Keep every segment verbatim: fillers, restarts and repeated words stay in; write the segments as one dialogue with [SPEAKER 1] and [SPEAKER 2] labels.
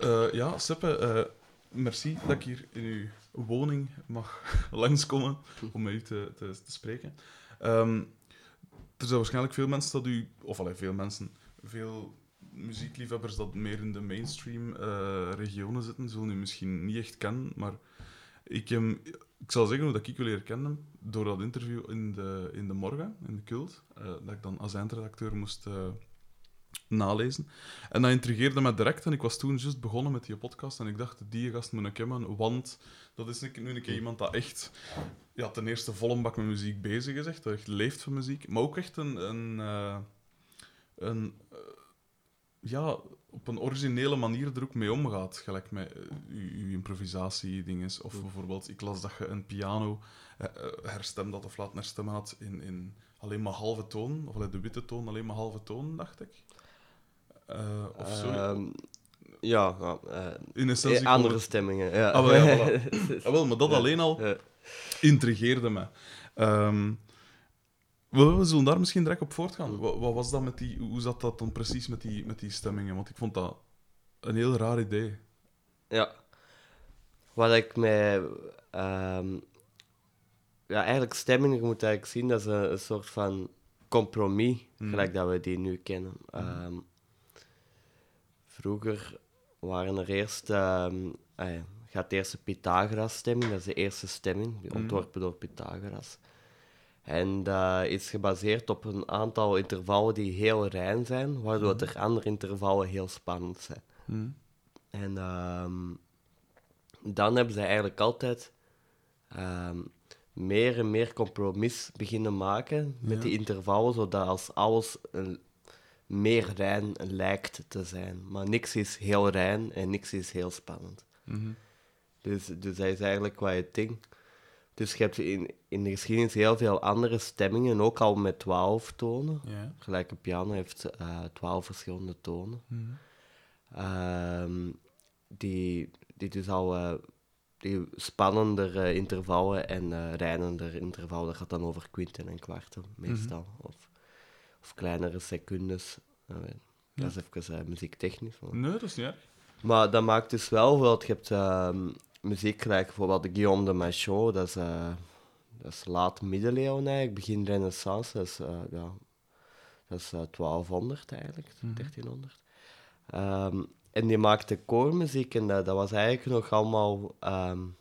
[SPEAKER 1] Uh, ja, Seppe, uh, merci dat ik hier in uw woning mag langskomen om met u te, te, te spreken. Um, er zijn waarschijnlijk veel mensen dat u... Of allee, veel mensen... Veel muziekliefhebbers dat meer in de mainstream uh, regionen zitten, zullen u misschien niet echt kennen, maar ik, um, ik zal zeggen hoe dat ik u leren kennen door dat interview in de, in de Morgen, in de Cult, uh, dat ik dan als eindredacteur moest... Uh, nalezen. En dat intrigeerde me direct. En ik was toen juist begonnen met die podcast. En ik dacht, die gast moet ik hebben. Want dat is nu een keer iemand dat echt... Ja, ten eerste volle bak met muziek bezig is. Echt, dat echt leeft van muziek. Maar ook echt een... een, uh, een uh, ja, op een originele manier er ook mee omgaat. Gelijk met uh, je improvisatie-dinges. Of bijvoorbeeld, ik las dat je een piano uh, herstemd had of laat herstemmen had in, in alleen maar halve toon. Of de witte toon, alleen maar halve toon, dacht ik. Uh, of zo.
[SPEAKER 2] Um, ja, ja uh,
[SPEAKER 1] in essentie
[SPEAKER 2] andere
[SPEAKER 1] het...
[SPEAKER 2] stemmingen. Ja.
[SPEAKER 1] Ah, wel, ja, voilà. ah, wel, maar dat
[SPEAKER 2] ja.
[SPEAKER 1] alleen al
[SPEAKER 2] ja.
[SPEAKER 1] intrigeerde me. Um, we, we zullen daar misschien direct op voortgaan. Wat, wat was dat met die, hoe zat dat dan precies met die, met die stemmingen? Want ik vond dat een heel raar idee.
[SPEAKER 2] Ja. Wat ik mij... Um, ja, eigenlijk stemmingen, je moet eigenlijk zien, dat is een, een soort van compromis, mm. gelijk dat we die nu kennen. Mm. Um, Vroeger waren er eerst... Um, ah ja, gaat de eerste Pythagoras-stemming, dat is de eerste stemming, die ontworpen mm. door Pythagoras. En dat uh, is gebaseerd op een aantal intervallen die heel rein zijn, waardoor mm. er andere intervallen heel spannend zijn. Mm. En um, dan hebben ze eigenlijk altijd um, meer en meer compromis beginnen maken met ja. die intervallen, zodat als alles... een meer rein lijkt te zijn. Maar niks is heel rein en niks is heel spannend. Mm-hmm. Dus, dus dat is eigenlijk wat je denkt. Dus je hebt in, in de geschiedenis heel veel andere stemmingen, ook al met twaalf tonen. Yeah. Gelijk een piano heeft uh, twaalf verschillende tonen. Mm-hmm. Um, die, die dus al uh, die spannender uh, intervallen en uh, reinender intervallen, dat gaat dan over kwinten en kwarten, meestal. Mm-hmm. Of, Of kleinere secundes. Nou, dat is even uh, muziektechnisch. Maar...
[SPEAKER 1] Nee, dat is niet erg.
[SPEAKER 2] Maar dat maakt dus wel dat je hebt uh, muziek gelijk bijvoorbeeld de Guillaume de Machaut, dat is, uh, dat is laat middeleeuwen eigenlijk, begin renaissance, dat is, uh, ja, dat is uh, twaalfhonderd eigenlijk, mm-hmm. dertienhonderd. Um, en die maakte koormuziek en dat, dat was eigenlijk nog allemaal um,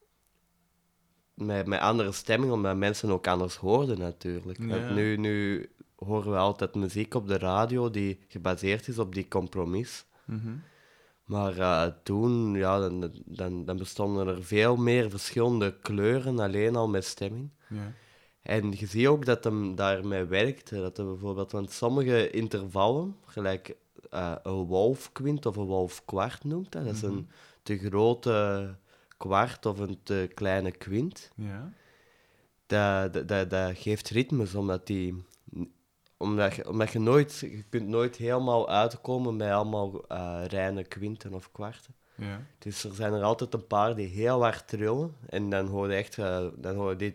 [SPEAKER 2] met, met andere stemming, omdat mensen ook anders hoorden natuurlijk. Ja. Nu... nu horen we altijd muziek op de radio die gebaseerd is op die compromis. Mm-hmm. Maar uh, toen, ja, dan, dan, dan bestonden er veel meer verschillende kleuren, alleen al met stemming. Yeah. En je ziet ook dat hem daarmee werkt. Dat er bijvoorbeeld, want sommige intervallen, gelijk uh, een wolfkwint of een wolfkwart noemt dat, dat is mm-hmm. een te grote kwart of een te kleine kwint. Yeah. Dat, dat, dat, dat geeft ritmes, omdat die... Omdat je, omdat je nooit... Je kunt nooit helemaal uitkomen met allemaal uh, reine kwinten of kwarten. Ja. Dus er zijn er altijd een paar die heel hard trillen. En dan hoor je echt... Uh, dan hoor je die...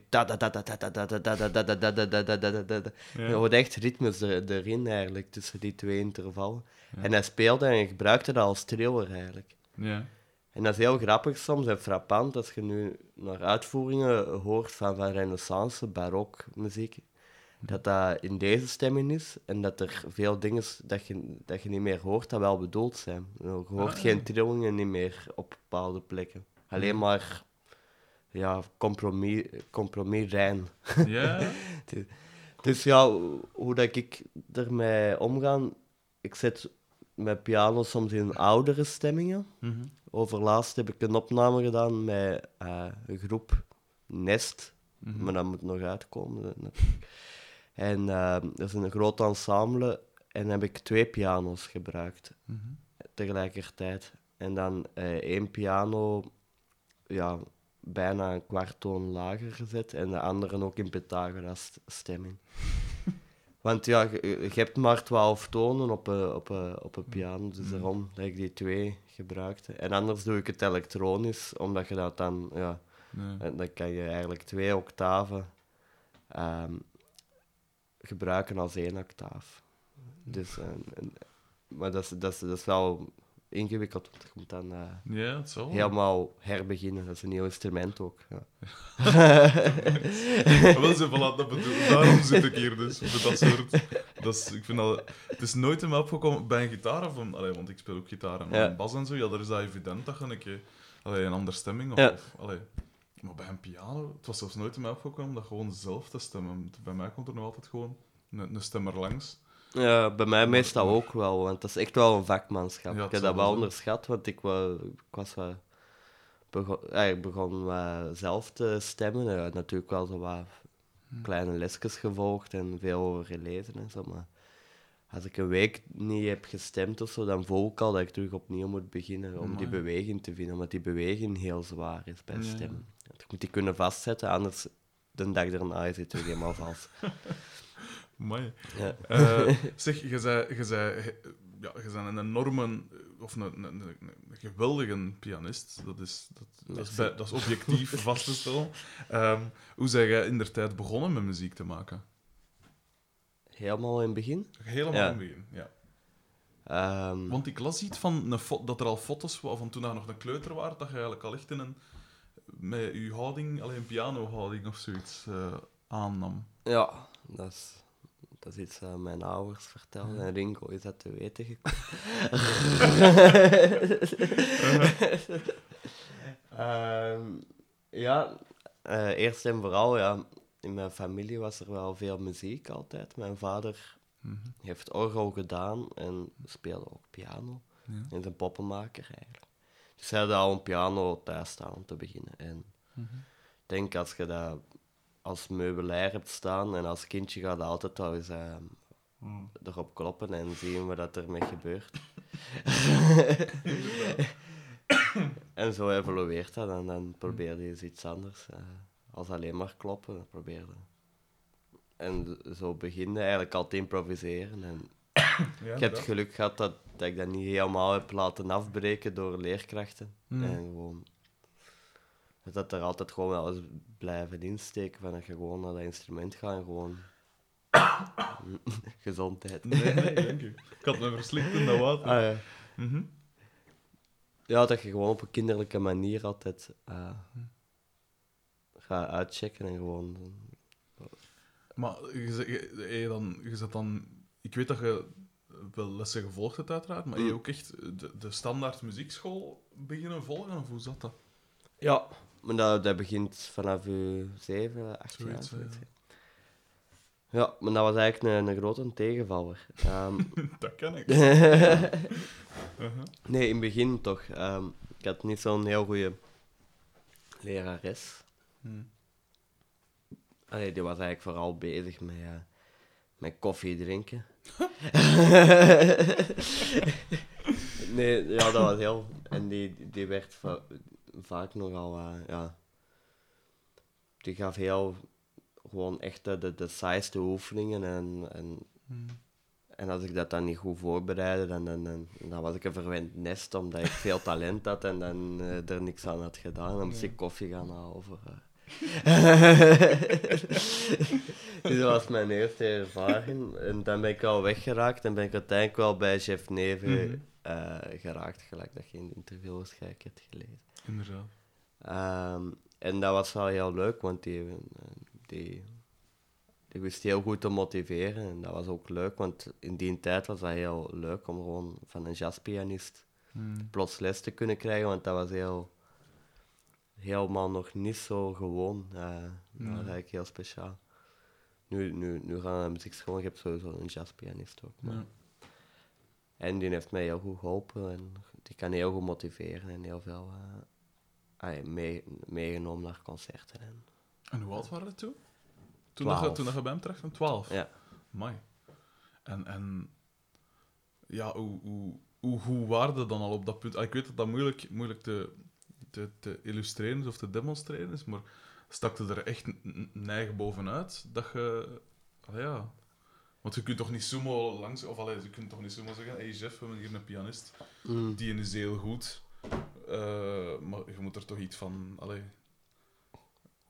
[SPEAKER 2] Dan hoor je echt ritmes er, erin eigenlijk, tussen die twee intervallen. Ja. En hij speelde en gebruikte dat als triller eigenlijk. Ja. En dat is heel grappig soms en frappant als je nu naar uitvoeringen hoort van, van renaissance, barok muziek. Dat dat in deze stemming is en dat er veel dingen dat je, dat je niet meer hoort, dat wel bedoeld zijn. Je hoort ah, geen trillingen niet meer op bepaalde plekken. Alleen maar ja, compromis, compromis rein.
[SPEAKER 1] Ja.
[SPEAKER 2] dus, dus ja, hoe dat ik ermee omga, ik zet mijn piano soms in oudere stemmingen. Mm-hmm. Overlaatst heb ik een opname gedaan met uh, een groep Nest, mm-hmm. maar dat moet nog uitkomen. En uh, dat is een groot ensemble en heb ik twee piano's gebruikt mm-hmm. tegelijkertijd. En dan uh, één piano ja, bijna een kwart toon lager gezet en de andere ook in Pythagoras stemming. Want ja, je, je hebt maar twaalf tonen op een, op een, op een piano, dus daarom dat ik die twee gebruikte. En anders doe ik het elektronisch, omdat je dat dan... Ja, nee. Dan kan je eigenlijk twee octaven... Um, gebruiken als één octaaf. Dus, en, en, maar dat is, dat, is, dat is wel ingewikkeld, want je moet dan uh,
[SPEAKER 1] ja, het zal.
[SPEAKER 2] helemaal herbeginnen. Dat is een nieuw instrument ook. Ja.
[SPEAKER 1] Wel zo, voilà, dat bedoel, daarom zit ik hier dus, met dat soort... Dat is, ik vind dat, het is nooit in me opgekomen bij een gitaar, of een, allee, want ik speel ook gitaar en
[SPEAKER 2] Ja.
[SPEAKER 1] een bas en zo, ja, daar is dat evident dat je een keer allee, een andere stemming... Of,
[SPEAKER 2] Ja.
[SPEAKER 1] of, allee, maar bij een piano, het was zelfs nooit in me opgekomen dat gewoon zelf te stemmen. Bij mij komt er nog altijd gewoon een, een stemmer langs.
[SPEAKER 2] Ja, bij mij
[SPEAKER 1] Maar-
[SPEAKER 2] meestal
[SPEAKER 1] maar-
[SPEAKER 2] ook wel, want dat is echt wel een vakmanschap.
[SPEAKER 1] Ja, het
[SPEAKER 2] ik heb
[SPEAKER 1] zal
[SPEAKER 2] dat wel
[SPEAKER 1] wel zijn.
[SPEAKER 2] onderschat, want ik, wa, ik was wat begon, ja, ik begon wat zelf te stemmen. Ja, natuurlijk wel zo wat
[SPEAKER 1] Hm.
[SPEAKER 2] kleine lesjes gevolgd en veel over gelezen en zo, maar als ik een week niet heb gestemd of zo, dan voel ik al dat ik terug opnieuw moet beginnen om die
[SPEAKER 1] Amai.
[SPEAKER 2] beweging te vinden, omdat die beweging heel zwaar is bij
[SPEAKER 1] Ja, ja.
[SPEAKER 2] stemmen. Je moet die kunnen vastzetten, anders de dag daarna is het terug helemaal vast.
[SPEAKER 1] Mooi.
[SPEAKER 2] Ja.
[SPEAKER 1] Uh, zeg, je zei, je zei, ja, je bent een enorme, of een, een, een, een geweldige pianist. Dat is, dat, dat is, bij, dat is objectief vast te stellen. Um, hoe ben jij in der tijd begonnen met muziek te maken?
[SPEAKER 2] Helemaal in het begin?
[SPEAKER 1] Helemaal
[SPEAKER 2] Ja.
[SPEAKER 1] in het begin, ja.
[SPEAKER 2] Um,
[SPEAKER 1] Want ik las iets van een fo- dat er al foto's wa- van toen je nog een kleuter was, dat je eigenlijk al echt in een, met je houding, alleen een pianohouding of zoiets uh, aannam.
[SPEAKER 2] Ja, dat is, dat is iets dat mijn ouders vertelden. En Ringo is dat te weten gekomen. um, ja, uh, eerst en vooral, ja, in mijn familie was er wel veel muziek altijd. Mijn vader
[SPEAKER 1] Mm-hmm.
[SPEAKER 2] heeft orgel gedaan en speelde ook piano.
[SPEAKER 1] Ja.
[SPEAKER 2] En is een poppenmaker eigenlijk. Dus hij had al een piano thuis staan om te beginnen. En
[SPEAKER 1] Mm-hmm.
[SPEAKER 2] ik denk als je dat als meubilair hebt staan en als kindje gaat je altijd wel eens uh,
[SPEAKER 1] Mm.
[SPEAKER 2] erop kloppen en zien wat dat ermee gebeurt. En zo evolueert dat en dan probeerde je eens iets anders. Uh, als alleen maar kloppen, dan probeerde. En zo beginde eigenlijk al te improviseren. En
[SPEAKER 1] Ja,
[SPEAKER 2] ik heb het geluk gehad dat, dat ik dat niet helemaal heb laten afbreken door leerkrachten.
[SPEAKER 1] Mm.
[SPEAKER 2] En gewoon... Dat er altijd gewoon wel eens blijven insteken van dat je gewoon naar dat instrument gaat en gewoon... Gezondheid.
[SPEAKER 1] Nee, nee, denk ik. Ik had me verslikt in dat water.
[SPEAKER 2] Ah, ja.
[SPEAKER 1] Mm-hmm.
[SPEAKER 2] Ja, dat je gewoon op een kinderlijke manier altijd uh, gaat uitchecken en gewoon...
[SPEAKER 1] Maar je, zet- je, je, dan, je zet dan... Ik weet dat je wel lessen gevolgd hebt, uiteraard, maar
[SPEAKER 2] Mm.
[SPEAKER 1] je ook echt de, de standaard muziekschool beginnen volgen, of hoe zat dat?
[SPEAKER 2] Ja, maar dat, dat begint vanaf je zeven, acht jaar.
[SPEAKER 1] Zoiets,
[SPEAKER 2] zoiets,
[SPEAKER 1] ja.
[SPEAKER 2] hè. Ja, maar dat was eigenlijk een, een grote tegenvaller. Ehm,
[SPEAKER 1] Dat ken ik. Uh-huh.
[SPEAKER 2] nee, in het begin toch. Ehm, ik had niet zo'n heel goede lerares.
[SPEAKER 1] Hmm.
[SPEAKER 2] Allee, die was eigenlijk vooral bezig met, uh, met koffie drinken. Nee, ja, dat was heel... En die, die werd va- vaak nogal... Uh, ja... Die gaf heel... Gewoon echt de, de, de saaiste oefeningen en... en
[SPEAKER 1] Hmm.
[SPEAKER 2] En als ik dat dan niet goed voorbereidde, dan, dan, dan, dan was ik een verwend nest, omdat ik veel talent had en dan uh, er niks aan had gedaan. Dan moest ik koffie gaan halen. Voor, uh. Dus dat was mijn eerste ervaring. En dan ben ik al weggeraakt en ben ik uiteindelijk wel bij Jeff Neve
[SPEAKER 1] Mhm.
[SPEAKER 2] uh, geraakt, gelijk dat je in het interview waarschijnlijk hebt gelezen.
[SPEAKER 1] Inderdaad.
[SPEAKER 2] Um, en dat was wel heel leuk, want die... die Ik wist heel goed te motiveren en dat was ook leuk, want in die tijd was dat heel leuk om gewoon van een jazzpianist
[SPEAKER 1] Hmm.
[SPEAKER 2] plots les te kunnen krijgen, want dat was heel, helemaal nog niet zo gewoon. Uh, dat was
[SPEAKER 1] Nee.
[SPEAKER 2] eigenlijk heel speciaal. Nu, nu, nu gaan we naar de muziekschool en je hebt sowieso een jazzpianist ook. Maar.
[SPEAKER 1] Ja.
[SPEAKER 2] En die heeft mij heel goed geholpen en die kan heel goed motiveren en heel veel uh, uh, mee, meegenomen naar concerten. En,
[SPEAKER 1] En hoe oud waren het toen? Toen, dat je,
[SPEAKER 2] Twaalf.
[SPEAKER 1] toen dat je bij hem terecht van twaalf?
[SPEAKER 2] ja.
[SPEAKER 1] Amai. En, en ja, hoe, hoe, hoe, hoe waren dat dan al op dat punt? Ah, ik weet dat dat moeilijk, moeilijk te, te, te illustreren is of te demonstreren is, maar stak je er echt n- neig bovenuit dat je... Ah, ja. Want je kunt toch niet sumo langs... Of allee, je kunt toch niet sumo zeggen, hey Jeff, we hebben hier een pianist,
[SPEAKER 2] Mm.
[SPEAKER 1] die is heel goed. Uh, maar je moet er toch iets van... Allee,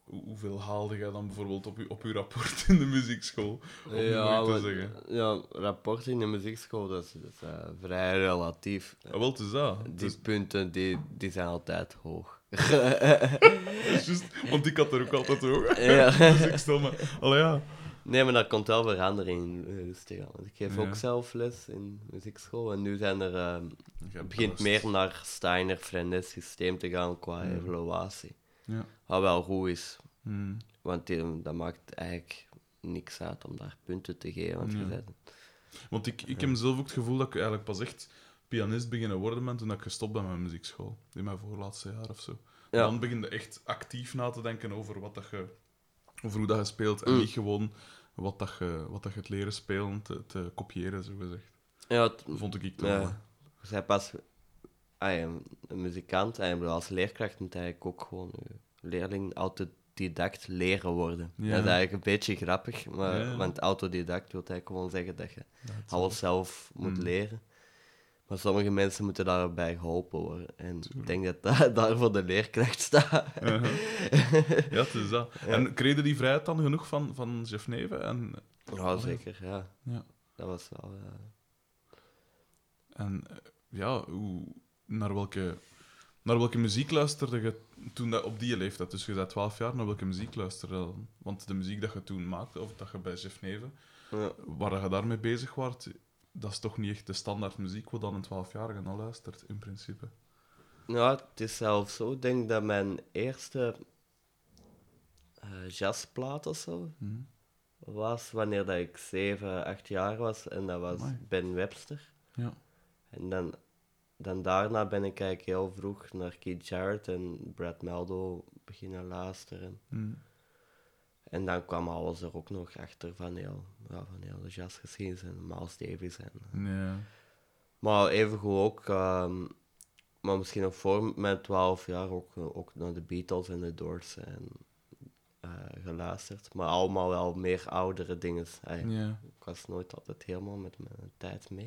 [SPEAKER 1] hoe- hoeveel haalde jij dan bijvoorbeeld op je, op je rapport in de muziekschool? Om
[SPEAKER 2] Ja,
[SPEAKER 1] het te
[SPEAKER 2] maar-
[SPEAKER 1] zeggen.
[SPEAKER 2] ja, rapport in de muziekschool, dat is, dat is eh, vrij relatief.
[SPEAKER 1] Ah, wel, het is dat. Het
[SPEAKER 2] Die
[SPEAKER 1] is-
[SPEAKER 2] punten, die, die zijn altijd hoog.
[SPEAKER 1] het is juist, want ik had er ook altijd hoog.
[SPEAKER 2] Ja.
[SPEAKER 1] Dus ik stel me... Allee, ja.
[SPEAKER 2] Nee, maar dat komt wel verandering in rustig aan. Want ik geef
[SPEAKER 1] Ja.
[SPEAKER 2] ook zelf les in muziekschool. En nu zijn er, eh,
[SPEAKER 1] Je
[SPEAKER 2] het
[SPEAKER 1] hebt
[SPEAKER 2] begint
[SPEAKER 1] rust.
[SPEAKER 2] meer naar Steiner, Frennes systeem te gaan qua
[SPEAKER 1] Ja.
[SPEAKER 2] evaluatie.
[SPEAKER 1] Ja.
[SPEAKER 2] Wat wel goed is,
[SPEAKER 1] Hmm.
[SPEAKER 2] want die, dat maakt eigenlijk niks uit om daar punten te geven. Want je
[SPEAKER 1] Ja.
[SPEAKER 2] bent-
[SPEAKER 1] Want ik, ik heb zelf ook het gevoel dat ik eigenlijk pas echt pianist beginnen worden ben toen ik gestopt ben met mijn muziekschool. In mijn voorlaatste jaar of zo.
[SPEAKER 2] Ja.
[SPEAKER 1] Dan begin je echt actief na te denken over, wat dat je, over hoe dat je speelt. En
[SPEAKER 2] Mm.
[SPEAKER 1] niet gewoon wat, dat je, wat dat je het leren spelen te, te kopiëren, zo gezegd.
[SPEAKER 2] Ja, het,
[SPEAKER 1] Vond ik ik toch
[SPEAKER 2] ja.
[SPEAKER 1] wel.
[SPEAKER 2] Je bent pas ah, ja, een muzikant en ik bedoel, als leerkracht moet eigenlijk ook gewoon je leerling autodidact leren worden.
[SPEAKER 1] Ja.
[SPEAKER 2] Dat is eigenlijk een beetje grappig, maar,
[SPEAKER 1] Ja, ja.
[SPEAKER 2] want autodidact wil eigenlijk gewoon zeggen dat je
[SPEAKER 1] Ja, het
[SPEAKER 2] alles zelf moet
[SPEAKER 1] Mm.
[SPEAKER 2] leren. Maar sommige mensen moeten daarbij geholpen worden. En ik
[SPEAKER 1] Tuurlijk.
[SPEAKER 2] denk dat dat daar voor de leerkracht staat.
[SPEAKER 1] Uh-huh. Ja, het is dat. En kreeg je die vrijheid dan genoeg van, van Jeff Neven? En,
[SPEAKER 2] Ja, zeker, ja.
[SPEAKER 1] ja.
[SPEAKER 2] Dat was wel... ja.
[SPEAKER 1] En eh, ja, hoe, naar, welke, naar welke muziek luisterde je toen dat, op die leeftijd? Dus je bent twaalf jaar, naar welke muziek luisterde je dan? Want de muziek dat je toen maakte, of dat je bij Jeff Neven,
[SPEAKER 2] Ja.
[SPEAKER 1] waar je daarmee bezig was, dat is toch niet echt de standaard muziek wat dan een twaalfjarige al luistert, in principe.
[SPEAKER 2] Ja, het is zelfs zo. Ik denk dat mijn eerste eh, jazzplaat of zo
[SPEAKER 1] Hm.
[SPEAKER 2] was wanneer dat ik zeven, acht jaar was. En dat was
[SPEAKER 1] Amai.
[SPEAKER 2] Ben Webster.
[SPEAKER 1] Ja.
[SPEAKER 2] En dan, dan daarna ben ik eigenlijk heel vroeg naar Keith Jarrett en Brad Meldo beginnen luisteren.
[SPEAKER 1] Hm.
[SPEAKER 2] En dan kwam alles er ook nog achter van heel, ja, van heel de jazzgeschiedenis en Miles Davis. En,
[SPEAKER 1] Ja.
[SPEAKER 2] maar evengoed ook, ehm, maar misschien nog voor mijn twaalf jaar, ook, ook naar de Beatles en de Doors en, eh, geluisterd. Maar allemaal wel meer oudere dingen. Ey,
[SPEAKER 1] Ja.
[SPEAKER 2] Ik was nooit altijd helemaal met mijn tijd mee.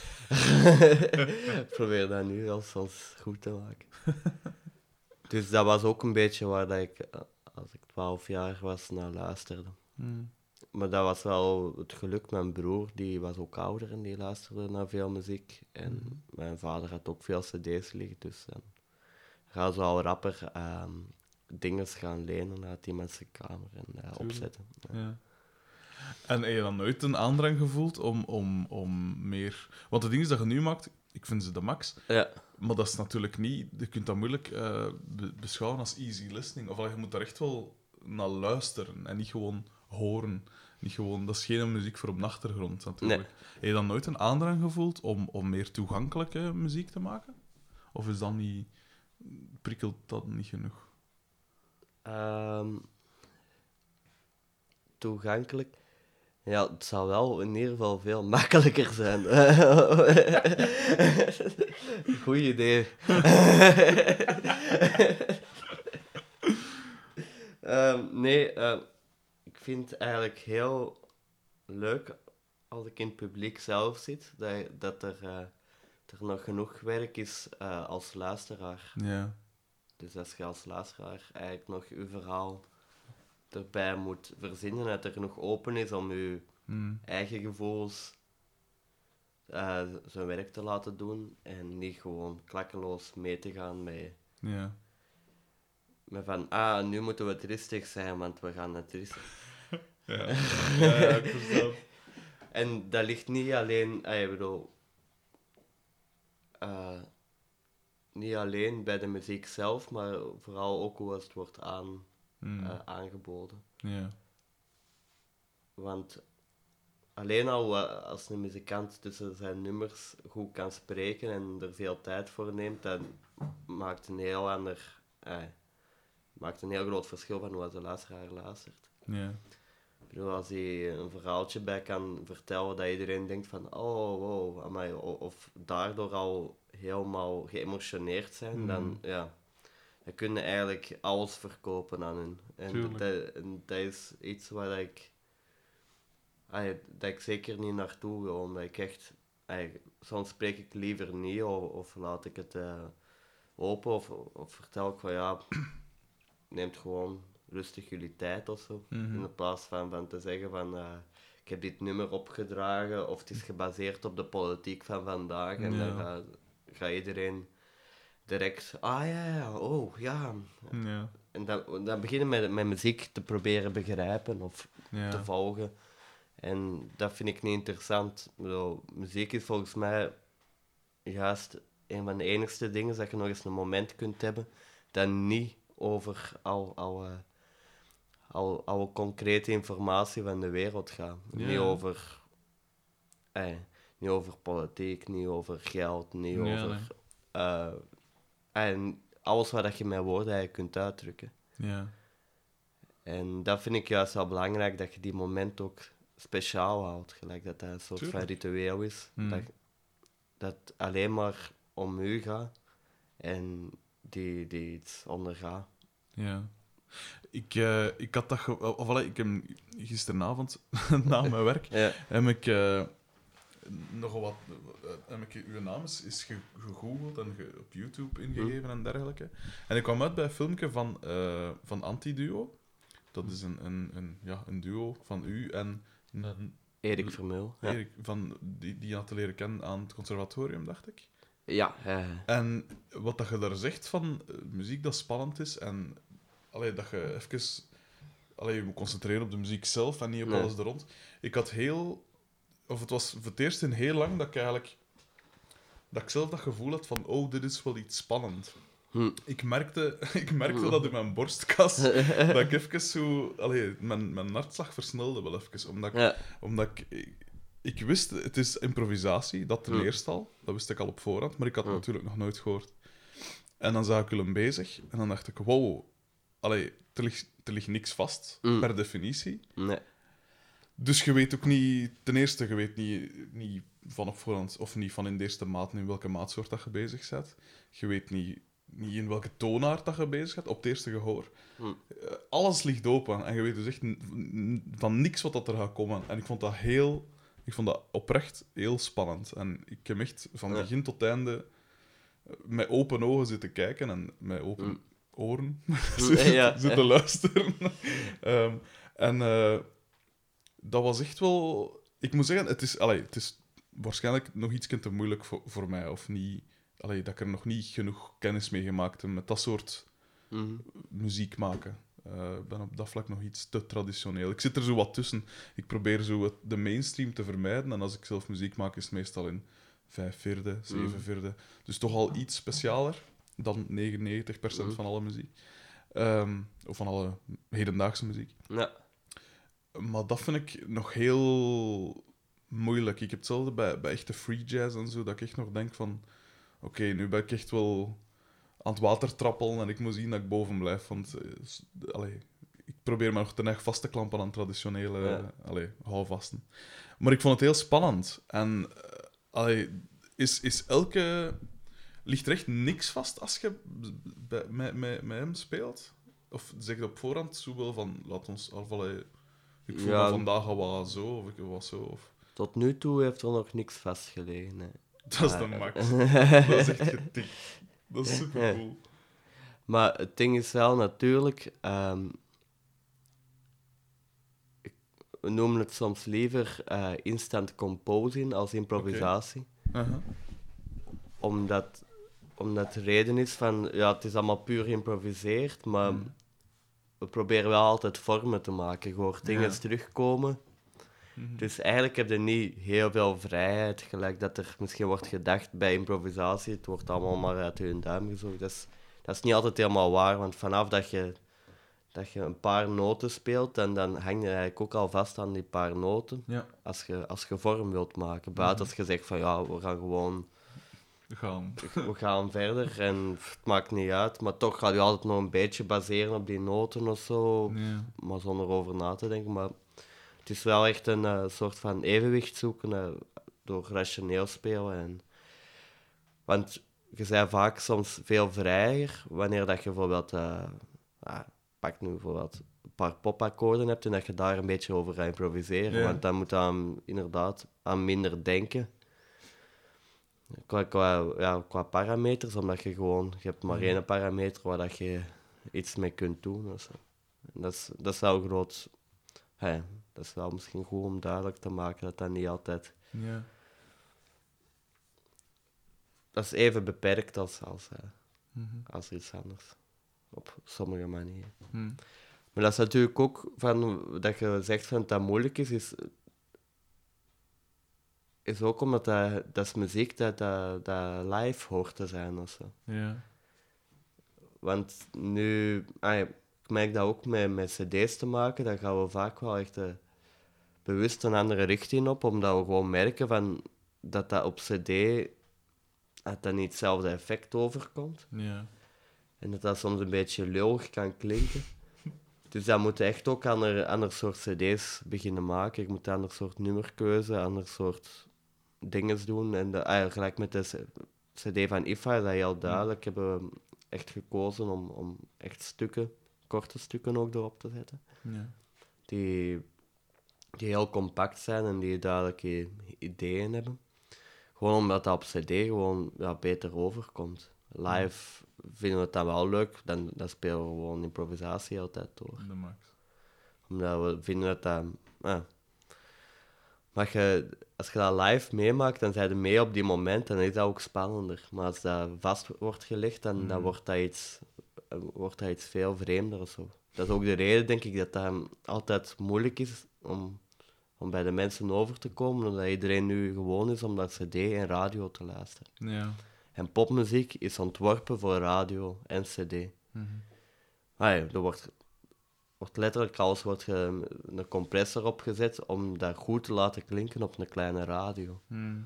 [SPEAKER 2] Ik probeer dat nu wel soms goed te maken. Dus dat was ook een beetje waar dat ik, eh, als ik twaalf jaar was, naar luisterde.
[SPEAKER 1] Hm.
[SPEAKER 2] Maar dat was wel het geluk. Mijn broer, die was ook ouder en die luisterde naar veel muziek. En
[SPEAKER 1] Mhm.
[SPEAKER 2] mijn vader had ook veel cd's liggen, dus dan gaan ze al rapper ehm dingen gaan lenen uit iemand zijn kamer en eh, opzetten. Ja.
[SPEAKER 1] Ja. En heb je dan nooit een aandrang gevoeld om, om, om meer... Want de dingen die je nu maakt, ik vind ze de max.
[SPEAKER 2] Ja.
[SPEAKER 1] Maar dat is natuurlijk niet... Je kunt dat moeilijk eh, be- beschouwen als easy listening. Of je moet daar echt wel naar luisteren en niet gewoon horen. Niet gewoon, dat is geen muziek voor op de achtergrond, natuurlijk. Heb je dan nooit een aandrang gevoeld om, om meer toegankelijke muziek te maken? Of is dat niet... Prikkelt dat niet genoeg?
[SPEAKER 2] Ehm, toegankelijk. Ja, het zou wel in ieder geval veel makkelijker zijn. Goeie idee. Ehm, nee, ehm, ik vind het eigenlijk heel leuk als ik in het publiek zelf zit, dat, dat er, eh, er nog genoeg werk is eh, als luisteraar.
[SPEAKER 1] Ja.
[SPEAKER 2] Dus als je als luisteraar eigenlijk nog je verhaal erbij moet verzinnen, dat er genoeg open is om je
[SPEAKER 1] Hm.
[SPEAKER 2] eigen gevoelens eh, zijn werk te laten doen en niet gewoon klakkeloos mee te gaan met,
[SPEAKER 1] Ja.
[SPEAKER 2] met van, ah, nu moeten we tristig zijn, want we gaan het tristig.
[SPEAKER 1] Ja. Ja, ja, ik versta het.
[SPEAKER 2] En dat ligt niet alleen, ah, ik bedoel, eh, niet alleen bij de muziek zelf, maar vooral ook hoe het wordt aan,
[SPEAKER 1] Hm.
[SPEAKER 2] eh, aangeboden.
[SPEAKER 1] Ja.
[SPEAKER 2] Want alleen al eh, als een muzikant tussen zijn nummers goed kan spreken en er veel tijd voor neemt, dat maakt een heel ander, eh, maakt een heel groot verschil van hoe de luisteraar luistert.
[SPEAKER 1] Ja.
[SPEAKER 2] Ik bedoel, als hij een verhaaltje bij kan vertellen dat iedereen denkt van, oh, wow, amai, o- of daardoor al helemaal geëmotioneerd zijn,
[SPEAKER 1] Mhm.
[SPEAKER 2] dan, ja, dan kun je eigenlijk alles verkopen aan hen. En
[SPEAKER 1] Tuurlijk.
[SPEAKER 2] dat, en dat is iets waar ik, ah, dat ik zeker niet naartoe wil, omdat ik echt, ah, soms spreek ik liever niet, of, of laat ik het eh, open, of, of vertel ik van, ja, neemt gewoon rustig jullie tijd of zo.
[SPEAKER 1] Mhm.
[SPEAKER 2] In plaats van, van te zeggen van, uh, ik heb dit nummer opgedragen of het is gebaseerd op de politiek van vandaag. En
[SPEAKER 1] Ja.
[SPEAKER 2] dan gaat ga iedereen direct, ah ja, ja, oh ja.
[SPEAKER 1] Ja.
[SPEAKER 2] En dan, dan beginnen met, met muziek te proberen begrijpen of
[SPEAKER 1] Ja.
[SPEAKER 2] te volgen. En dat vind ik niet interessant. Ik bedoel, muziek is volgens mij juist een van de enigste dingen dat je nog eens een moment kunt hebben dat niet over al, al, uh, al, al concrete informatie van de wereld gaat.
[SPEAKER 1] Ja.
[SPEAKER 2] Niet over, eh, niet over politiek, niet over geld, niet
[SPEAKER 1] Ja,
[SPEAKER 2] over...
[SPEAKER 1] nee.
[SPEAKER 2] Uh, en alles wat je met woorden eigenlijk kunt uitdrukken.
[SPEAKER 1] Ja.
[SPEAKER 2] En dat vind ik juist wel belangrijk, dat je die moment ook speciaal houdt. Gelijk dat dat een soort
[SPEAKER 1] Tuurlijk.
[SPEAKER 2] van ritueel is.
[SPEAKER 1] Mm.
[SPEAKER 2] Dat, dat het alleen maar om u gaat en die, die iets ondergaat.
[SPEAKER 1] Ja. Ik, uh, ik had dat... Ge- of, allee, ik heb gisteravond, na mijn werk,
[SPEAKER 2] Ja.
[SPEAKER 1] heb ik... Uh, nogal wat... Uh, heb ik uw naam is, is ge- gegoogeld en ge- op YouTube ingegeven mm. en dergelijke. En ik kwam uit bij een filmpje van, uh, van Antiduo. Dat is een, een, een, ja, een duo van u en... Een,
[SPEAKER 2] Erik Vermeul. Ja.
[SPEAKER 1] Erik, van, die, die je had te leren kennen aan het conservatorium, dacht ik.
[SPEAKER 2] Ja. Uh.
[SPEAKER 1] En wat dat je daar zegt van uh, muziek dat spannend is en allee, dat je even allee, je moet concentreren op de muziek zelf en niet op
[SPEAKER 2] Nee.
[SPEAKER 1] alles er rond. Ik had heel... Of het was voor het eerst in heel lang dat ik eigenlijk... Dat ik zelf dat gevoel had van, oh, dit is wel iets spannend.
[SPEAKER 2] Hm.
[SPEAKER 1] Ik merkte, ik merkte hm. dat in mijn borstkas, dat ik even zo... Allee, mijn, mijn hartslag versnelde wel even. Omdat ik...
[SPEAKER 2] Ja.
[SPEAKER 1] Omdat ik, ik, ik wist, het is improvisatie, dat ten hm. eerste al. Dat wist ik al op voorhand, maar ik had het hm. natuurlijk nog nooit gehoord. En dan zag ik hem bezig en dan dacht ik, wow, allee, er ligt, er ligt niks vast, hm. per definitie.
[SPEAKER 2] Nee.
[SPEAKER 1] Dus je weet ook niet... Ten eerste, je weet niet, niet van op voorhand, of niet van in de eerste maat, in welke maatsoort dat je bezig bent. Je weet niet, niet in welke toonaard dat je bezig bent, op het eerste gehoor.
[SPEAKER 2] Hm.
[SPEAKER 1] Uh, alles ligt open en je weet dus echt n- n- van niks wat dat er gaat komen. En ik vond dat heel... Ik vond dat oprecht heel spannend. En ik heb echt van begin ja. tot einde met open ogen zitten kijken en met open hm. oren zitten, ja. zitten luisteren. um, en... Uh, Dat was echt wel... Ik moet zeggen, het is, allee, het is waarschijnlijk nog iets te moeilijk voor, voor mij. Of niet... Allee, dat ik er nog niet genoeg kennis mee gemaakt heb met dat soort mm-hmm. muziek maken. Ik uh, ben op dat vlak nog iets te traditioneel. Ik zit er zo wat tussen. Ik probeer zo het, de mainstream te vermijden. En als ik zelf muziek maak, is het meestal in vijf vierde, zeven mm. vierde. Dus toch al iets specialer dan negenennegentig procent mm. van alle muziek. Um, of van alle hedendaagse muziek.
[SPEAKER 2] Ja.
[SPEAKER 1] Maar dat vind ik nog heel moeilijk. Ik heb hetzelfde bij, bij echte free jazz en zo, dat ik echt nog denk van... Oké, okay, nu ben ik echt wel aan het water trappelen en ik moet zien dat ik boven blijf. Want uh, allee, ik probeer me nog ten echt vast te klampen aan traditionele ja. allee, houvasten. Maar ik vond het heel spannend. En uh, allee, is, is elke... Ligt er echt niks vast als je bij, met, met, met hem speelt? Of zeg je op voorhand zo wel van... Laat ons... Of, allee, ik voel ja, me vandaag al wat zo, of ik was zo. Of...
[SPEAKER 2] Tot nu toe heeft er nog niks vastgelegen. Nee.
[SPEAKER 1] Dat is de max. Dat is echt getikt. Dat is super cool.
[SPEAKER 2] Maar het ding is wel natuurlijk... Um, we noemen het soms liever uh, instant composing als improvisatie.
[SPEAKER 1] Okay. Uh-huh.
[SPEAKER 2] Omdat, omdat de reden is van... Ja, het is allemaal puur geïmproviseerd, maar... Mm. We proberen wel altijd vormen te maken. Je hoort dingen ja. terugkomen. Mm-hmm. Dus eigenlijk heb je niet heel veel vrijheid. Gelijk dat er misschien wordt gedacht bij improvisatie. Het wordt allemaal maar uit je duim gezogen. Dat is, dat is niet altijd helemaal waar. Want vanaf dat je, dat je een paar noten speelt, en dan hang je eigenlijk ook al vast aan die paar noten.
[SPEAKER 1] Ja.
[SPEAKER 2] Als je, als je vorm wilt maken. Buiten mm-hmm. als je zegt van ja, we gaan gewoon...
[SPEAKER 1] We gaan.
[SPEAKER 2] we gaan verder en het maakt niet uit, maar toch gaat je altijd nog een beetje baseren op die noten of zo,
[SPEAKER 1] ja.
[SPEAKER 2] maar zonder over na te denken. Maar het is wel echt een uh, soort van evenwicht zoeken uh, door rationeel spelen. En... Want je bent vaak soms veel vrijer wanneer dat je bijvoorbeeld, uh, uh, pak nu bijvoorbeeld een paar popakkoorden hebt en dat je daar een beetje over gaat improviseren, ja. Want dan moet je aan, inderdaad aan minder denken. Qua, qua, ja, qua parameters, omdat je gewoon... Je hebt maar één parameter waar dat je iets mee kunt doen. Of zo. En dat, is, dat is wel groot... Hey, dat is wel misschien goed om duidelijk te maken dat dat niet altijd...
[SPEAKER 1] Ja.
[SPEAKER 2] Dat is even beperkt als, als, uh,
[SPEAKER 1] Mm-hmm.
[SPEAKER 2] als iets anders. Op sommige manieren.
[SPEAKER 1] Mm.
[SPEAKER 2] Maar dat is natuurlijk ook van... Dat je zegt van dat dat moeilijk is, is... Is ook omdat dat, dat is muziek dat, dat, dat live hoort te zijn of zo.
[SPEAKER 1] Ja.
[SPEAKER 2] Want nu... Ah, ik merk dat ook met, met cd's te maken, dan gaan we vaak wel echt uh, bewust een andere richting op, omdat we gewoon merken van, dat dat op cd dat dat niet hetzelfde effect overkomt.
[SPEAKER 1] Ja.
[SPEAKER 2] En dat dat soms een beetje lullig kan klinken. Dus dan moet je echt ook ander, ander soort cd's beginnen maken. Je moet een ander soort nummerkeuze, een ander soort dingen doen. En de, ah, gelijk met de cd van I F A is dat heel duidelijk. Hebben we echt gekozen om, om echt stukken, korte stukken ook erop te zetten.
[SPEAKER 1] Ja.
[SPEAKER 2] Die, die heel compact zijn en die duidelijke ideeën hebben. Gewoon omdat dat op cd gewoon ja, beter overkomt. Live vinden we het dan wel leuk, dan, dan spelen we gewoon improvisatie altijd door.
[SPEAKER 1] De max.
[SPEAKER 2] Omdat we vinden dat dat... Ja. Maar je, als je dat live meemaakt, dan zijn je mee op die momenten en dan is dat ook spannender. Maar als dat vast wordt gelegd, dan, dan wordt, dat iets, wordt dat iets veel vreemder of zo. Dat is ook de reden, denk ik, dat dat altijd moeilijk is om, om bij de mensen over te komen, omdat iedereen nu gewoon is om naar cd en radio te luisteren.
[SPEAKER 1] Ja.
[SPEAKER 2] En popmuziek is ontworpen voor radio en cd.
[SPEAKER 1] Mm-hmm.
[SPEAKER 2] Ah ja, er wordt, wordt letterlijk alles wordt ge, een compressor opgezet om dat goed te laten klinken op een kleine radio.
[SPEAKER 1] Mm.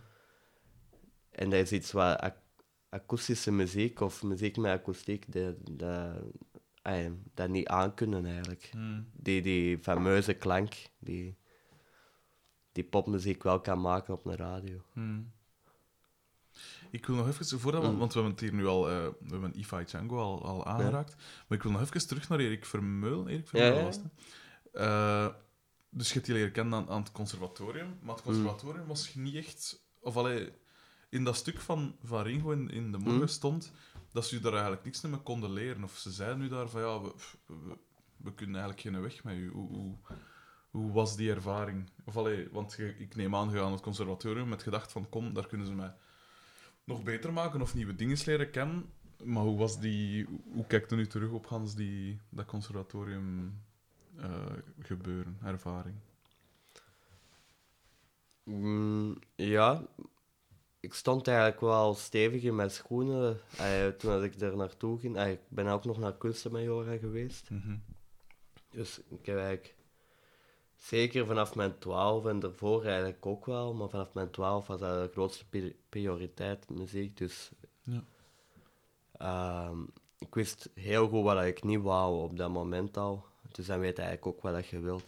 [SPEAKER 2] En dat is iets wat ac- akoestische muziek of muziek met akoestiek dat, dat, ah ja, dat niet aankunnen eigenlijk.
[SPEAKER 1] Mm.
[SPEAKER 2] Die, die fameuze klank die, die popmuziek wel kan maken op een radio.
[SPEAKER 1] Mm. Ik wil nog even, voordat we,
[SPEAKER 2] Mm.
[SPEAKER 1] want we hebben het hier nu al, uh, we hebben I F A Django al, al aangeraakt, ja. Maar ik wil nog even terug naar Erik Vermeulen. Erik Vermeulen
[SPEAKER 2] Ja, ja.
[SPEAKER 1] was het. Uh, dus je hebt die leren kennen aan, aan het conservatorium, maar het conservatorium mm. was niet echt... Of allee, in dat stuk van, van Ringo in, in de morgen mm. stond dat ze u daar eigenlijk niks meer konden leren. Of ze zeiden nu daar van, ja, we, we, we kunnen eigenlijk geen weg met u. Hoe, hoe, hoe was die ervaring? Of allee, want je, ik neem aan, je gaat aan het conservatorium met gedacht van, kom, daar kunnen ze mij nog beter maken of nieuwe dingen leren kennen. Maar hoe was die... Hoe kijkt u nu terug op Hans die, dat conservatorium uh, gebeuren, ervaring?
[SPEAKER 2] Mm, ja, ik stond eigenlijk wel stevig in mijn schoenen uh, toen ik er naartoe ging. Uh, ik ben ook nog naar Kunstenmajora geweest.
[SPEAKER 1] Mm-hmm.
[SPEAKER 2] Dus ik heb eigenlijk... Zeker vanaf mijn twaalf en daarvoor eigenlijk ook wel, maar vanaf mijn twaalf was dat de grootste prioriteit, muziek. Dus
[SPEAKER 1] ja.
[SPEAKER 2] uh, ik wist heel goed wat ik niet wou op dat moment al. Dus dan weet je eigenlijk ook wat je wilt.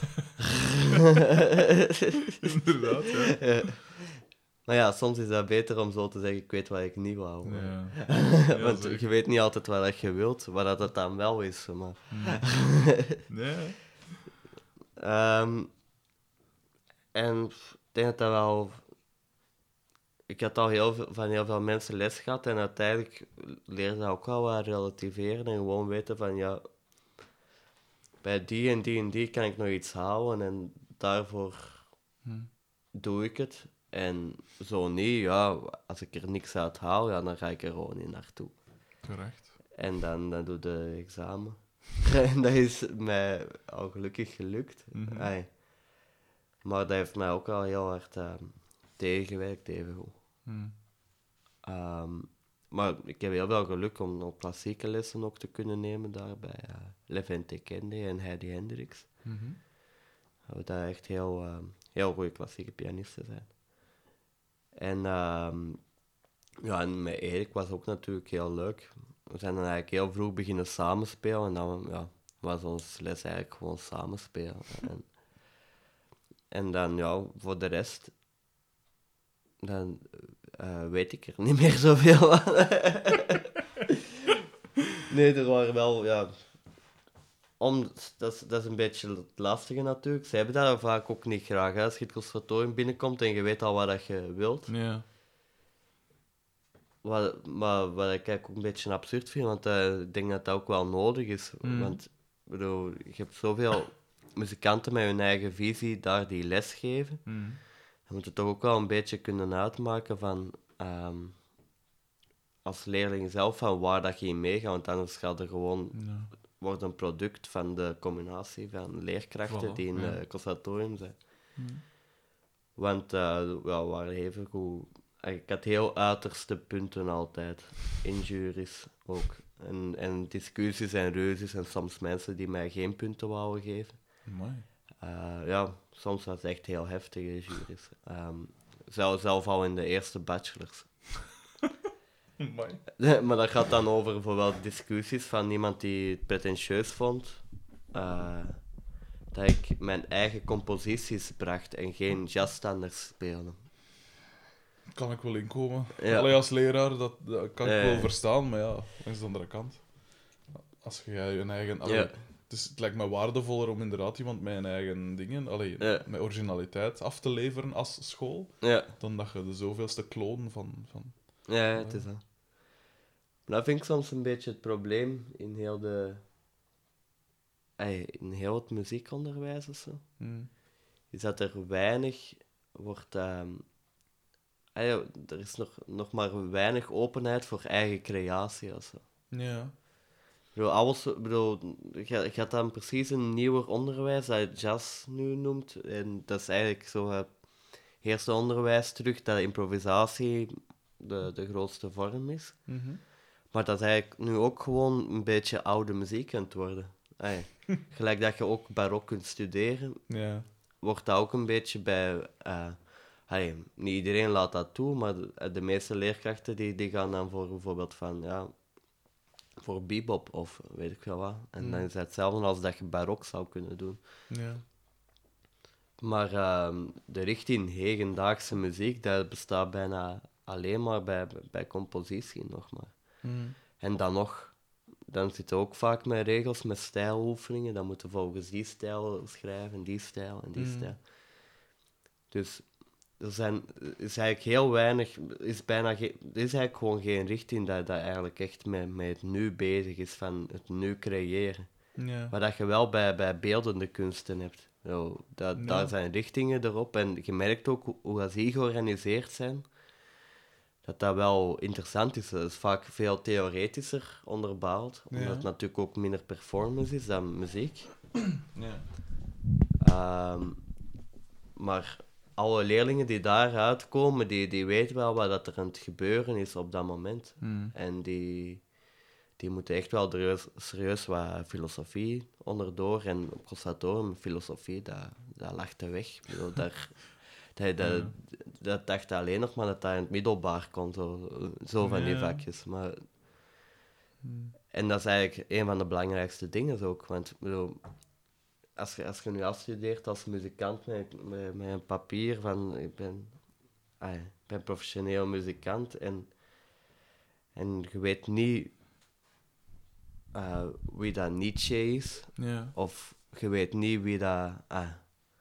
[SPEAKER 1] Inderdaad, ja.
[SPEAKER 2] ja. Maar ja, soms is dat beter om zo te zeggen, ik weet wat ik niet wou.
[SPEAKER 1] Ja.
[SPEAKER 2] Ja, want zeker. Je weet niet altijd wat je wilt, wat dat dan wel is. Maar...
[SPEAKER 1] nee.
[SPEAKER 2] Um, en ik denk dat dat wel... Ik had al heel veel, van heel veel mensen les gehad en uiteindelijk leerde dat ook wel wat relativeren en gewoon weten van ja, bij die en die en die kan ik nog iets halen en daarvoor hm. doe ik het. En zo niet, ja, als ik er niks uit haal, ja, dan ga ik er gewoon niet naartoe.
[SPEAKER 1] Correct.
[SPEAKER 2] En dan, dan doe ik de examen. En dat is mij al gelukkig gelukt.
[SPEAKER 1] Mm-hmm.
[SPEAKER 2] Ay. Maar dat heeft mij ook al heel hard uh, tegengewerkt, evengoed.
[SPEAKER 1] Mm.
[SPEAKER 2] Um, maar ik heb heel veel geluk om op klassieke lessen ook te kunnen nemen daar bij uh, Levente Kende en Heidi Hendricks.
[SPEAKER 1] Mm-hmm.
[SPEAKER 2] Dat daar echt heel, uh, heel goede klassieke pianisten zijn. En, um, ja, en met Erik was ook natuurlijk heel leuk. We zijn dan eigenlijk heel vroeg beginnen samenspelen en dan ja, was ons les eigenlijk gewoon samenspelen. en, en dan, ja, voor de rest, dan uh, weet ik er niet meer zoveel van. Nee, er waren wel, ja... Om, dat, is, dat is een beetje het lastige natuurlijk. Ze hebben dat vaak ook niet graag. Hè? Als je het conservatorium binnenkomt en je weet al wat dat je wilt.
[SPEAKER 1] Ja.
[SPEAKER 2] Wat, maar wat ik eigenlijk ook een beetje absurd vind, want uh, ik denk dat dat ook wel nodig is. Mm. Want bedoel, je hebt zoveel muzikanten met hun eigen visie daar die les geven.
[SPEAKER 1] Mm.
[SPEAKER 2] Je moet het toch ook wel een beetje kunnen uitmaken van... Um, als leerling zelf van waar dat je in meegaat, want anders gaat er gewoon...
[SPEAKER 1] Ja.
[SPEAKER 2] wordt een product van de combinatie van leerkrachten
[SPEAKER 1] Voilà,
[SPEAKER 2] die in
[SPEAKER 1] ja.
[SPEAKER 2] het conservatorium zijn.
[SPEAKER 1] Mm.
[SPEAKER 2] Want uh, ja, we waren even goed... Ik had heel uiterste punten altijd. In juries ook. En, en discussies en ruzies en soms mensen die mij geen punten wouden geven.
[SPEAKER 1] Mooi.
[SPEAKER 2] Uh, ja, soms was het echt heel heftige juries. Um, zelf, zelf al in de eerste bachelors.
[SPEAKER 1] Mooi.
[SPEAKER 2] Maar dat gaat dan over bijvoorbeeld discussies van iemand die het pretentieus vond. Uh, dat ik mijn eigen composities bracht en geen jazzstandards speelde.
[SPEAKER 1] Kan ik wel inkomen.
[SPEAKER 2] Ja.
[SPEAKER 1] Allee, als leraar, dat, dat kan ik
[SPEAKER 2] Ja,
[SPEAKER 1] wel
[SPEAKER 2] ja.
[SPEAKER 1] verstaan, maar ja, langs de andere kant. Als jij je eigen... Allee,
[SPEAKER 2] Ja.
[SPEAKER 1] het, is, het lijkt me waardevoller om inderdaad iemand met een eigen dingen, allee,
[SPEAKER 2] Ja.
[SPEAKER 1] met originaliteit af te leveren als school,
[SPEAKER 2] Ja,
[SPEAKER 1] dan dat je de zoveelste kloon van... van...
[SPEAKER 2] ja, ja, het is dat. Maar dat vind ik soms een beetje het probleem in heel de... Ey, in heel het muziekonderwijs of zo.
[SPEAKER 1] Hmm.
[SPEAKER 2] Is dat er weinig wordt... Um... Ey, er is nog, nog maar weinig openheid voor eigen creatie of zo.
[SPEAKER 1] Ja.
[SPEAKER 2] Ik bedoel, alles, ik bedoel, je, je had dan precies een nieuwer onderwijs dat je jazz nu noemt. En dat is eigenlijk zo het eerste onderwijs terug dat improvisatie de, de grootste vorm is.
[SPEAKER 1] Mhm.
[SPEAKER 2] Maar dat is eigenlijk nu ook gewoon een beetje oude muziek aan het worden. Ay, gelijk dat je ook barok kunt studeren,
[SPEAKER 1] Ja.
[SPEAKER 2] wordt dat ook een beetje bij... Uh, ay, niet iedereen laat dat toe, maar de, de meeste leerkrachten die, die gaan dan voor bijvoorbeeld van... Ja, voor bebop of weet ik wel wat. En
[SPEAKER 1] Mm.
[SPEAKER 2] dan is het hetzelfde als dat je barok zou kunnen doen.
[SPEAKER 1] Ja.
[SPEAKER 2] Maar uh, de richting hedendaagse muziek, dat bestaat bijna alleen maar bij, bij compositie nog maar.
[SPEAKER 1] Mm.
[SPEAKER 2] En dan nog, dan zitten ook vaak met regels, met stijloefeningen. Dan moeten volgens die stijl schrijven, die stijl en die
[SPEAKER 1] Mm.
[SPEAKER 2] stijl. Dus er zijn, is eigenlijk heel weinig, is bijna ge, er is eigenlijk gewoon geen richting dat, dat eigenlijk echt met, met het nu bezig is, van het nu creëren.
[SPEAKER 1] Ja.
[SPEAKER 2] Maar dat je wel bij, bij beeldende kunsten hebt. Zo, dat,
[SPEAKER 1] Ja.
[SPEAKER 2] Daar zijn richtingen erop. En je merkt ook hoe, hoe als die georganiseerd zijn, dat dat wel interessant is. Dat is vaak veel theoretischer onderbouwd,
[SPEAKER 1] Ja.
[SPEAKER 2] omdat het natuurlijk ook minder performance is dan muziek.
[SPEAKER 1] Ja.
[SPEAKER 2] Um, maar alle leerlingen die daaruit komen, die, die weten wel wat dat er aan het gebeuren is op dat moment.
[SPEAKER 1] Mm.
[SPEAKER 2] En die, die moeten echt wel serieus, serieus wat filosofie onderdoor. En op conservatorium, filosofie, dat, dat lachte weg. Ik bedoel, daar, dat, dat,
[SPEAKER 1] Ja.
[SPEAKER 2] dat dacht alleen nog maar dat dat in het middelbaar kon, zo, zo van die
[SPEAKER 1] Ja.
[SPEAKER 2] vakjes. Maar,
[SPEAKER 1] Mm.
[SPEAKER 2] en dat is eigenlijk een van de belangrijkste dingen ook. Want ik bedoel, als je, als je nu afstudeert als muzikant met, met, met een papier van ik ben, ah, ik ben professioneel muzikant en, en je weet niet uh, wie dat Nietzsche is,
[SPEAKER 1] Ja.
[SPEAKER 2] of je weet niet wie dat... Ah,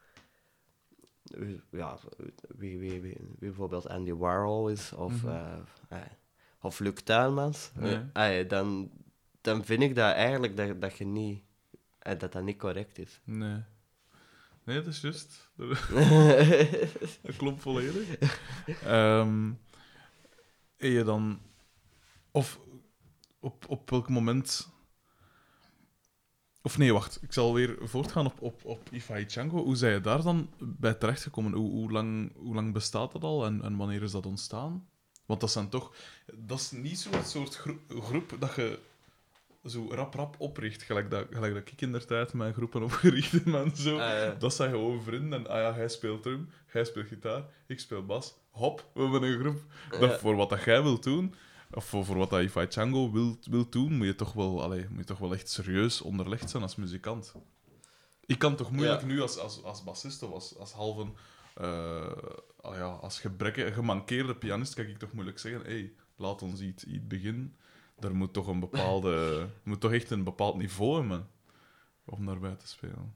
[SPEAKER 2] wie- ja, wie, wie, wie, wie bijvoorbeeld Andy Warhol is, of,
[SPEAKER 1] Mhm.
[SPEAKER 2] uh, ah, of Luc Tuymans,
[SPEAKER 1] Ja.
[SPEAKER 2] ah, dan, dan vind ik dat eigenlijk dat, dat je niet... eh, dat dat niet correct is.
[SPEAKER 1] Nee. Nee, dat is juist. Dat klopt volledig. Ehm en je dan... Of op, op welk moment... Of nee, wacht. Ik zal weer voortgaan op, op, op Ifai Django. Hoe zijn je daar dan bij terechtgekomen? Hoe, hoe, lang, hoe lang bestaat dat al en, en wanneer is dat ontstaan? Want dat zijn toch... Dat is niet zo'n soort gro- groep dat je zo rap-rap opricht. Gelijk dat, gelijk dat ik in der tijd mijn groepen opgericht heb en zo.
[SPEAKER 2] Ah, ja.
[SPEAKER 1] Dat zijn gewoon vrienden. En ah ja, hij speelt drum, hij speelt gitaar, ik speel bas. Hop, we hebben een groep. Dat
[SPEAKER 2] Ja.
[SPEAKER 1] voor wat dat jij wilt doen, of voor, voor wat dat Ifai Django wil, wil doen, moet je, toch wel, allee, moet je toch wel echt serieus onderlegd zijn als muzikant. Ik kan toch moeilijk
[SPEAKER 2] Ja.
[SPEAKER 1] nu als, als, als bassist of als, als halve... eh, ah ja, als gebrekke, gemankeerde pianist kan ik toch moeilijk zeggen, hey, laat ons iets, iets beginnen. Er moet toch een bepaalde... er moet toch echt een bepaald niveau hebben om daarbij te spelen.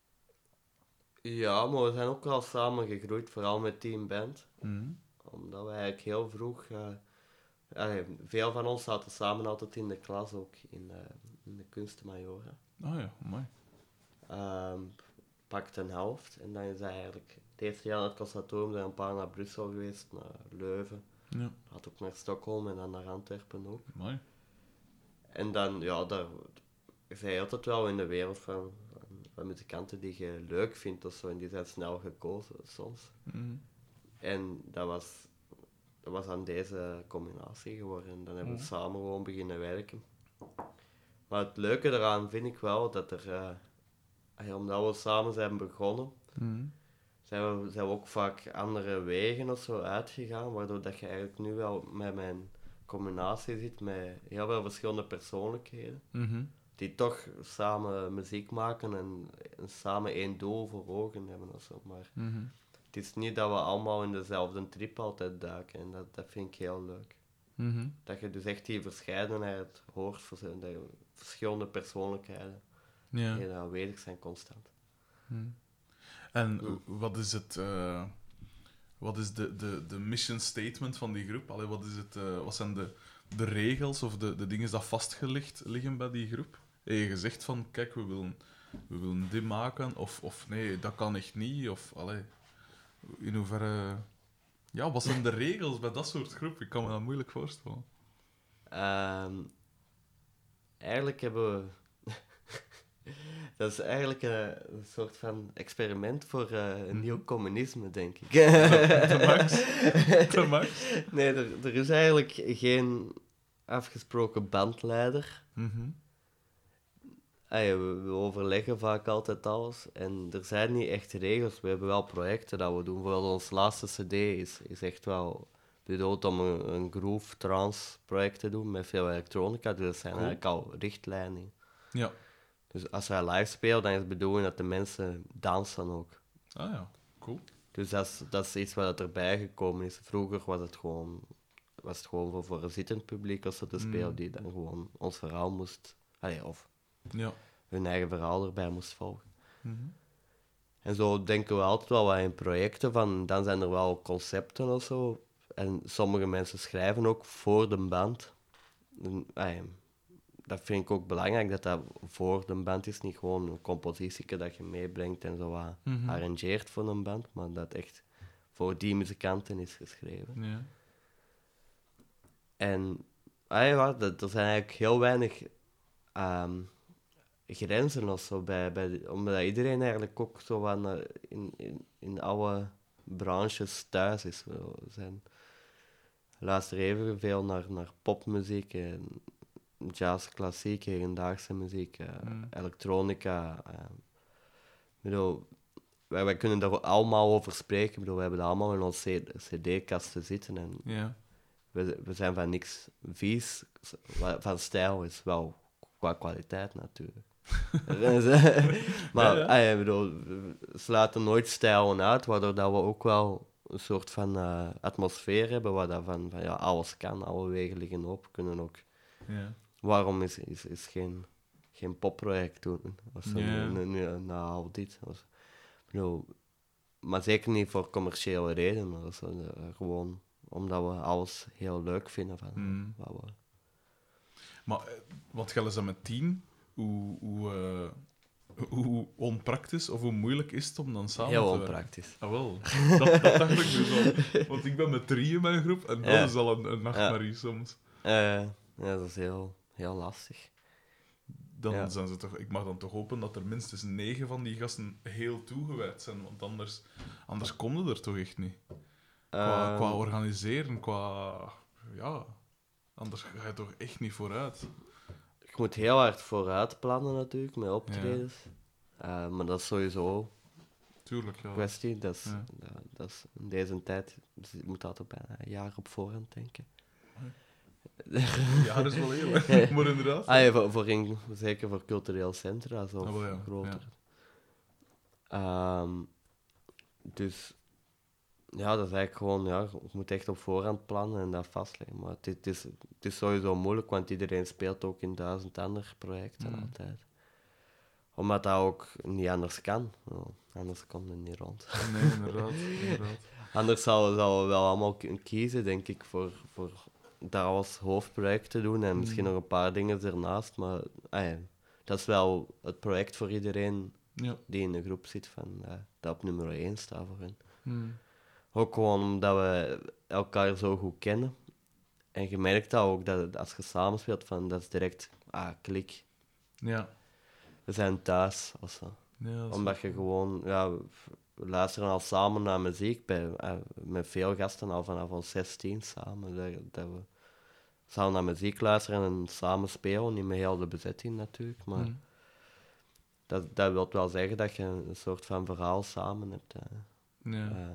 [SPEAKER 2] Ja, maar we zijn ook wel samen gegroeid, vooral met Team Band.
[SPEAKER 1] Mhm.
[SPEAKER 2] Omdat we eigenlijk heel vroeg... eh, allee, veel van ons zaten samen altijd in de klas, ook in de in de kunstenmajora.
[SPEAKER 1] Ah ja, mooi.
[SPEAKER 2] Um, pakt een helft en dan is hij eigenlijk het eerste jaar naar het conservatorium zijn een paar naar Brussel geweest, naar Leuven.
[SPEAKER 1] Ja.
[SPEAKER 2] Had ook naar Stockholm en dan naar Antwerpen ook.
[SPEAKER 1] Mooi.
[SPEAKER 2] En dan, ja, daar zijn je altijd wel in de wereld van, van, van muzikanten die je leuk vindt of zo, en die zijn snel gekozen soms.
[SPEAKER 1] Mm.
[SPEAKER 2] En dat was, dat was aan deze combinatie geworden. En dan hebben we
[SPEAKER 1] Mm.
[SPEAKER 2] samen gewoon beginnen werken. Maar het leuke eraan vind ik wel dat er, uh, omdat we samen zijn begonnen,
[SPEAKER 1] Mm.
[SPEAKER 2] zijn we, zijn we ook vaak andere wegen of zo uitgegaan, waardoor dat je eigenlijk nu wel met mijn combinatie zit met heel veel verschillende persoonlijkheden,
[SPEAKER 1] Mm-hmm.
[SPEAKER 2] die toch samen muziek maken en, en samen één doel voor ogen hebben of zo. Maar
[SPEAKER 1] Mm-hmm.
[SPEAKER 2] het is niet dat we allemaal in dezelfde trip altijd duiken en dat, dat vind ik heel leuk.
[SPEAKER 1] Mm-hmm.
[SPEAKER 2] Dat je dus echt die verscheidenheid hoort, de verschillende persoonlijkheden
[SPEAKER 1] Ja.
[SPEAKER 2] die aanwezig zijn constant.
[SPEAKER 1] Mm. En
[SPEAKER 2] Mm.
[SPEAKER 1] wat is het... Uh, wat is de, de, de mission statement van die groep? Allee, wat, is het, uh, wat zijn de, de regels of de, de dingen die vastgelegd liggen bij die groep? Heb je gezegd van, kijk, we willen, we willen dit maken, of, of nee, dat kan echt niet, of allee, in hoeverre... Ja, wat zijn de regels bij dat soort groep? Ik kan me dat moeilijk voorstellen.
[SPEAKER 2] Um, eigenlijk hebben we... Dat is eigenlijk een, een soort van experiment voor uh, een mm. nieuw communisme, denk ik.
[SPEAKER 1] De max. De max.
[SPEAKER 2] Nee, er, er is eigenlijk geen afgesproken bandleider.
[SPEAKER 1] Mm-hmm.
[SPEAKER 2] Ah ja, we, we overleggen vaak altijd alles. En er zijn niet echt regels. We hebben wel projecten dat we doen. Bijvoorbeeld ons laatste cd is, is echt wel bedoeld om een, een groove trance project te doen met veel elektronica. Dus dat zijn cool. Eigenlijk al richtlijnen.
[SPEAKER 1] Ja.
[SPEAKER 2] Dus als wij live spelen, dan is het de bedoeling dat de mensen dansen ook.
[SPEAKER 1] Ah ja, cool.
[SPEAKER 2] Dus dat is, dat is iets wat erbij gekomen is. Vroeger was het gewoon, was het gewoon voor, voor een zittend publiek als ze te spelen, mm. die dan gewoon ons verhaal moest... Allee, of
[SPEAKER 1] ja.
[SPEAKER 2] hun eigen verhaal erbij moest volgen.
[SPEAKER 1] Mm-hmm.
[SPEAKER 2] En zo denken we altijd wel wat in projecten van... Dan zijn er wel concepten of zo. En sommige mensen schrijven ook voor de band. En, allee, dat vind ik ook belangrijk, dat dat voor de band is. Niet gewoon een compositie dat je meebrengt en zo wat
[SPEAKER 1] mm-hmm.
[SPEAKER 2] arrangeert voor een band, maar dat echt voor die muzikanten is geschreven.
[SPEAKER 1] Ja.
[SPEAKER 2] En ah ja, dat, er zijn eigenlijk heel weinig um, grenzen of zo bij, bij die, omdat iedereen eigenlijk ook zo wat naar, in, in, in alle branches thuis is. We zijn, luister evenveel naar, naar popmuziek en jazz, klassiek, hedendaagse muziek, uh, mm. elektronica. Uh, bedoel, wij, wij kunnen daar allemaal over spreken. Bedoel, we hebben dat allemaal in onze cd-kasten zitten. En
[SPEAKER 1] yeah.
[SPEAKER 2] we, we zijn van niks vies. Van stijl is wel qua kwaliteit natuurlijk. maar ja, ja. Ah, bedoel, we sluiten nooit stijlen uit, waardoor dat we ook wel een soort van uh, atmosfeer hebben, waar dat van, van ja, alles kan, alle wegen liggen op, kunnen ook...
[SPEAKER 1] Yeah.
[SPEAKER 2] Waarom is, is, is geen, geen popproject doen? Of zo, yeah. nu, nu, na al dit. Of, bedoel, maar zeker niet voor commerciële redenen. Of zo, uh, gewoon omdat we alles heel leuk vinden. Van,
[SPEAKER 1] mm.
[SPEAKER 2] wat we...
[SPEAKER 1] Maar, wat geldt dat met tien? Hoe, hoe, uh, hoe onpraktisch of hoe moeilijk is het om dan samen
[SPEAKER 2] heel
[SPEAKER 1] te werken?
[SPEAKER 2] Heel onpraktisch.
[SPEAKER 1] Ah, wel. Dat, dat dacht ik dus al. Want ik ben met drie in mijn groep en dat ja. is al een, een nachtmerrie ja. soms.
[SPEAKER 2] Uh, ja, dat is heel... Heel lastig.
[SPEAKER 1] Dan
[SPEAKER 2] ja.
[SPEAKER 1] zijn ze toch, ik mag dan toch hopen dat er minstens negen van die gasten heel toegewijd zijn, want anders, anders komen er toch echt niet. Qua, um, qua organiseren, qua... Ja, anders ga je toch echt niet vooruit.
[SPEAKER 2] Je moet heel hard vooruit plannen natuurlijk, met optredens. Ja. Uh, maar dat is sowieso
[SPEAKER 1] Tuurlijk, ja.
[SPEAKER 2] een kwestie. Dat is,
[SPEAKER 1] ja.
[SPEAKER 2] uh, dat is in deze tijd, je moet altijd bijna een jaar op voorhand denken.
[SPEAKER 1] Ja, dat is wel heel, hè. Maar inderdaad.
[SPEAKER 2] Ah, ja, voor, voor in, zeker voor cultureel centra, zo
[SPEAKER 1] oh, ja.
[SPEAKER 2] groter. Ja. Um, dus ja, dat is eigenlijk gewoon, ja, je moet echt op voorhand plannen en dat vastleggen. Maar het, het, is, het is sowieso moeilijk, want iedereen speelt ook in duizend andere projecten mm. altijd. Omdat dat ook niet anders kan. Oh, anders komt het niet rond.
[SPEAKER 1] Nee, inderdaad. inderdaad.
[SPEAKER 2] Anders zouden we wel allemaal kiezen, denk ik, voor... voor daar als hoofdproject te doen en misschien
[SPEAKER 1] Mm.
[SPEAKER 2] nog een paar dingen ernaast, maar ah ja, dat is wel het project voor iedereen
[SPEAKER 1] Ja.
[SPEAKER 2] die in de groep zit, van, uh, dat op nummer één staat voor hen.
[SPEAKER 1] Mm.
[SPEAKER 2] Ook gewoon omdat we elkaar zo goed kennen. En je merkt dat ook, dat als je samenspeelt, van, dat is direct, ah, klik.
[SPEAKER 1] Ja.
[SPEAKER 2] We zijn thuis, of zo.
[SPEAKER 1] Ja, dat is
[SPEAKER 2] Omdat je gewoon, ja, we we luisteren al samen naar muziek, bij, eh, met veel gasten al vanaf ons zestien samen. Dat, dat we samen naar muziek luisteren en samen spelen, niet met heel de bezetting natuurlijk, maar
[SPEAKER 1] Mm.
[SPEAKER 2] dat, dat wil wel zeggen dat je een soort van verhaal samen hebt. eh.
[SPEAKER 1] Ja.
[SPEAKER 2] Eh,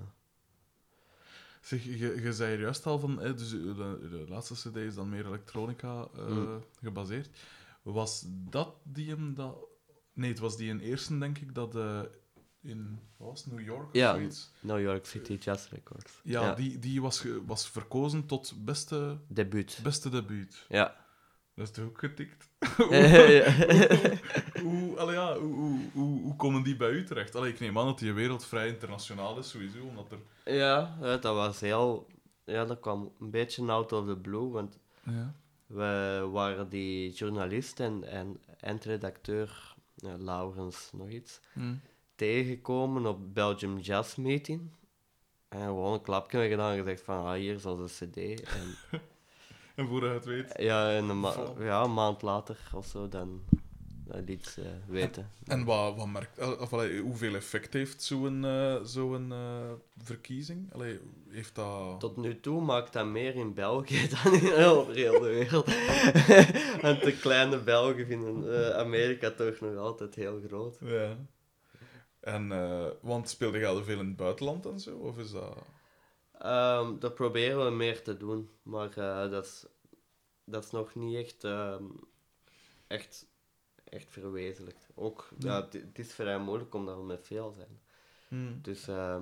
[SPEAKER 1] Zeg, je, je zei er juist al van, hè, dus de, de laatste cd is dan meer elektronica eh,
[SPEAKER 2] Mm.
[SPEAKER 1] gebaseerd. Was dat die hem dat... Nee, het was die in eerste, denk ik, dat eh, in wat was het, New York of
[SPEAKER 2] Ja.
[SPEAKER 1] zoiets.
[SPEAKER 2] New York City Jazz Records.
[SPEAKER 1] Ja, Die, die was, ge- was verkozen tot beste,
[SPEAKER 2] Debuut.
[SPEAKER 1] beste debuut.
[SPEAKER 2] Ja.
[SPEAKER 1] Dat is toch ook getikt?
[SPEAKER 2] Ja.
[SPEAKER 1] hoe, allee, ja, hoe, hoe, hoe, hoe komen die bij u terecht? Allee, ik neem aan dat die wereld vrij internationaal is, sowieso, omdat er...
[SPEAKER 2] Ja, ja, dat was heel... Ja, dat kwam een beetje out of the blue, want
[SPEAKER 1] Ja.
[SPEAKER 2] we waren die journalist en, en eindredacteur, ja, Laurens nog iets,
[SPEAKER 1] Hm.
[SPEAKER 2] tegengekomen op Belgium Jazz Meeting. En gewoon een klapje mee gedaan en gezegd van, ah, hier is onze cd. En
[SPEAKER 1] En voor je het weet...
[SPEAKER 2] ja, en een, ma-
[SPEAKER 1] Voilà.
[SPEAKER 2] ja, een maand later of zo, dan, dan liet ze weten.
[SPEAKER 1] En wat, wat merkt, eh, of, allee, hoeveel effect heeft zo'n eh, zo'n eh, verkiezing? Allee, heeft dat...
[SPEAKER 2] Tot nu toe maakt dat meer in België dan in heel heel de wereld. Want de kleine Belgen vinden eh, Amerika toch nog altijd heel groot.
[SPEAKER 1] Ja. En, eh, want speelde je al veel in het buitenland en zo? Of is dat...
[SPEAKER 2] Ehm daar proberen we meer te doen, maar eh, dat, is, dat is nog niet echt, ehm, echt, echt verwezenlijkt. Ook,
[SPEAKER 1] Ja.
[SPEAKER 2] ja, het, het is vrij moeilijk omdat we met veel zijn.
[SPEAKER 1] Hm.
[SPEAKER 2] Dus, ehm,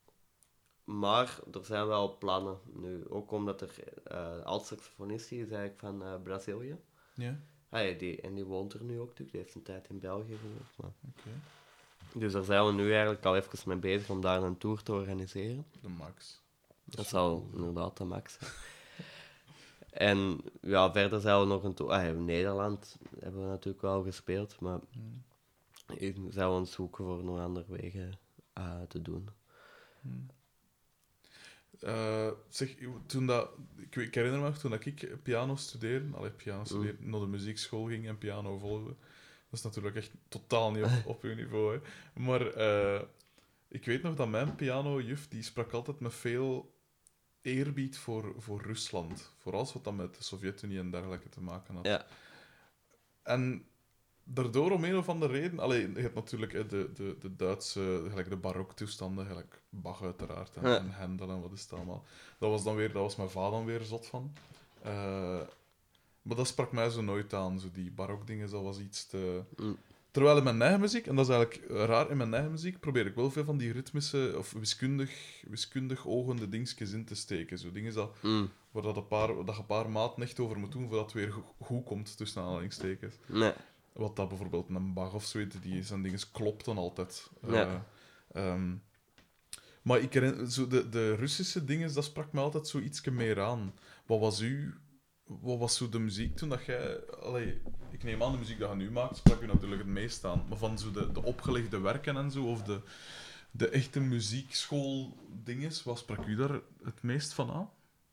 [SPEAKER 2] maar er zijn wel plannen nu. Ook omdat er uh, alt-saxofonist is eigenlijk van eh, Brazilië.
[SPEAKER 1] Ja,
[SPEAKER 2] Ah, ja, die, en die woont er nu ook, dus die heeft een tijd in België gewoond. Maar...
[SPEAKER 1] oké.
[SPEAKER 2] Dus daar zijn we nu eigenlijk al even mee bezig om daar een tour te organiseren.
[SPEAKER 1] De max.
[SPEAKER 2] Dat zou inderdaad de max zijn. En ja, verder zijn we nog een tour... Ah, in Nederland hebben we natuurlijk wel gespeeld, maar
[SPEAKER 1] Hm.
[SPEAKER 2] hier zijn we aan het zoeken voor nog andere wegen uh, te doen.
[SPEAKER 1] Hm. Uh, zeg, toen dat, ik, ik herinner me nog, toen dat ik piano studeerde, allee, piano studeerde, mm. naar de muziekschool ging en piano volgde. Dat is natuurlijk echt totaal niet op, op uw niveau, hè. Maar uh, ik weet nog dat mijn pianojuf, die sprak altijd met veel eerbied voor, voor Rusland. Voor alles wat dat met de Sovjet-Unie en dergelijke te maken had.
[SPEAKER 2] Ja.
[SPEAKER 1] En daardoor, om een of andere reden... Allee, je hebt natuurlijk hè, de, de, de Duitse, gelijk de baroktoestanden, gelijk Bach uiteraard, en,
[SPEAKER 2] Ja.
[SPEAKER 1] en Handel en wat is het allemaal. Dat was dan weer, dat was mijn vader dan weer zot van. Uh, maar dat sprak mij zo nooit aan, zo die barokdingen, dat was iets te...
[SPEAKER 2] Mm.
[SPEAKER 1] Terwijl in mijn eigen muziek, en dat is eigenlijk raar, in mijn eigen muziek probeer ik wel veel van die ritmische, of wiskundig, wiskundig ogende dingetjes in te steken. Zo dingen dat,
[SPEAKER 2] Mm.
[SPEAKER 1] waar dat, een paar, dat je een paar maanden echt over moet doen voordat het weer go- goed komt, tussen aanhalingstekens.
[SPEAKER 2] Nee.
[SPEAKER 1] Wat dat bijvoorbeeld een Bach of zo, die zijn dingen klopt dan altijd.
[SPEAKER 2] Ja.
[SPEAKER 1] Uh, um, maar ik herinner, zo de, de Russische dingen, dat sprak me altijd zo ietsje meer aan. Wat was u... Wat was zo de muziek toen dat jij... Allee, ik neem aan, de muziek dat je nu maakt, sprak u natuurlijk het meest aan. Maar van zo de, de opgelegde werken en zo, of de, de echte muziekschool-dinges, wat sprak u daar het meest van aan?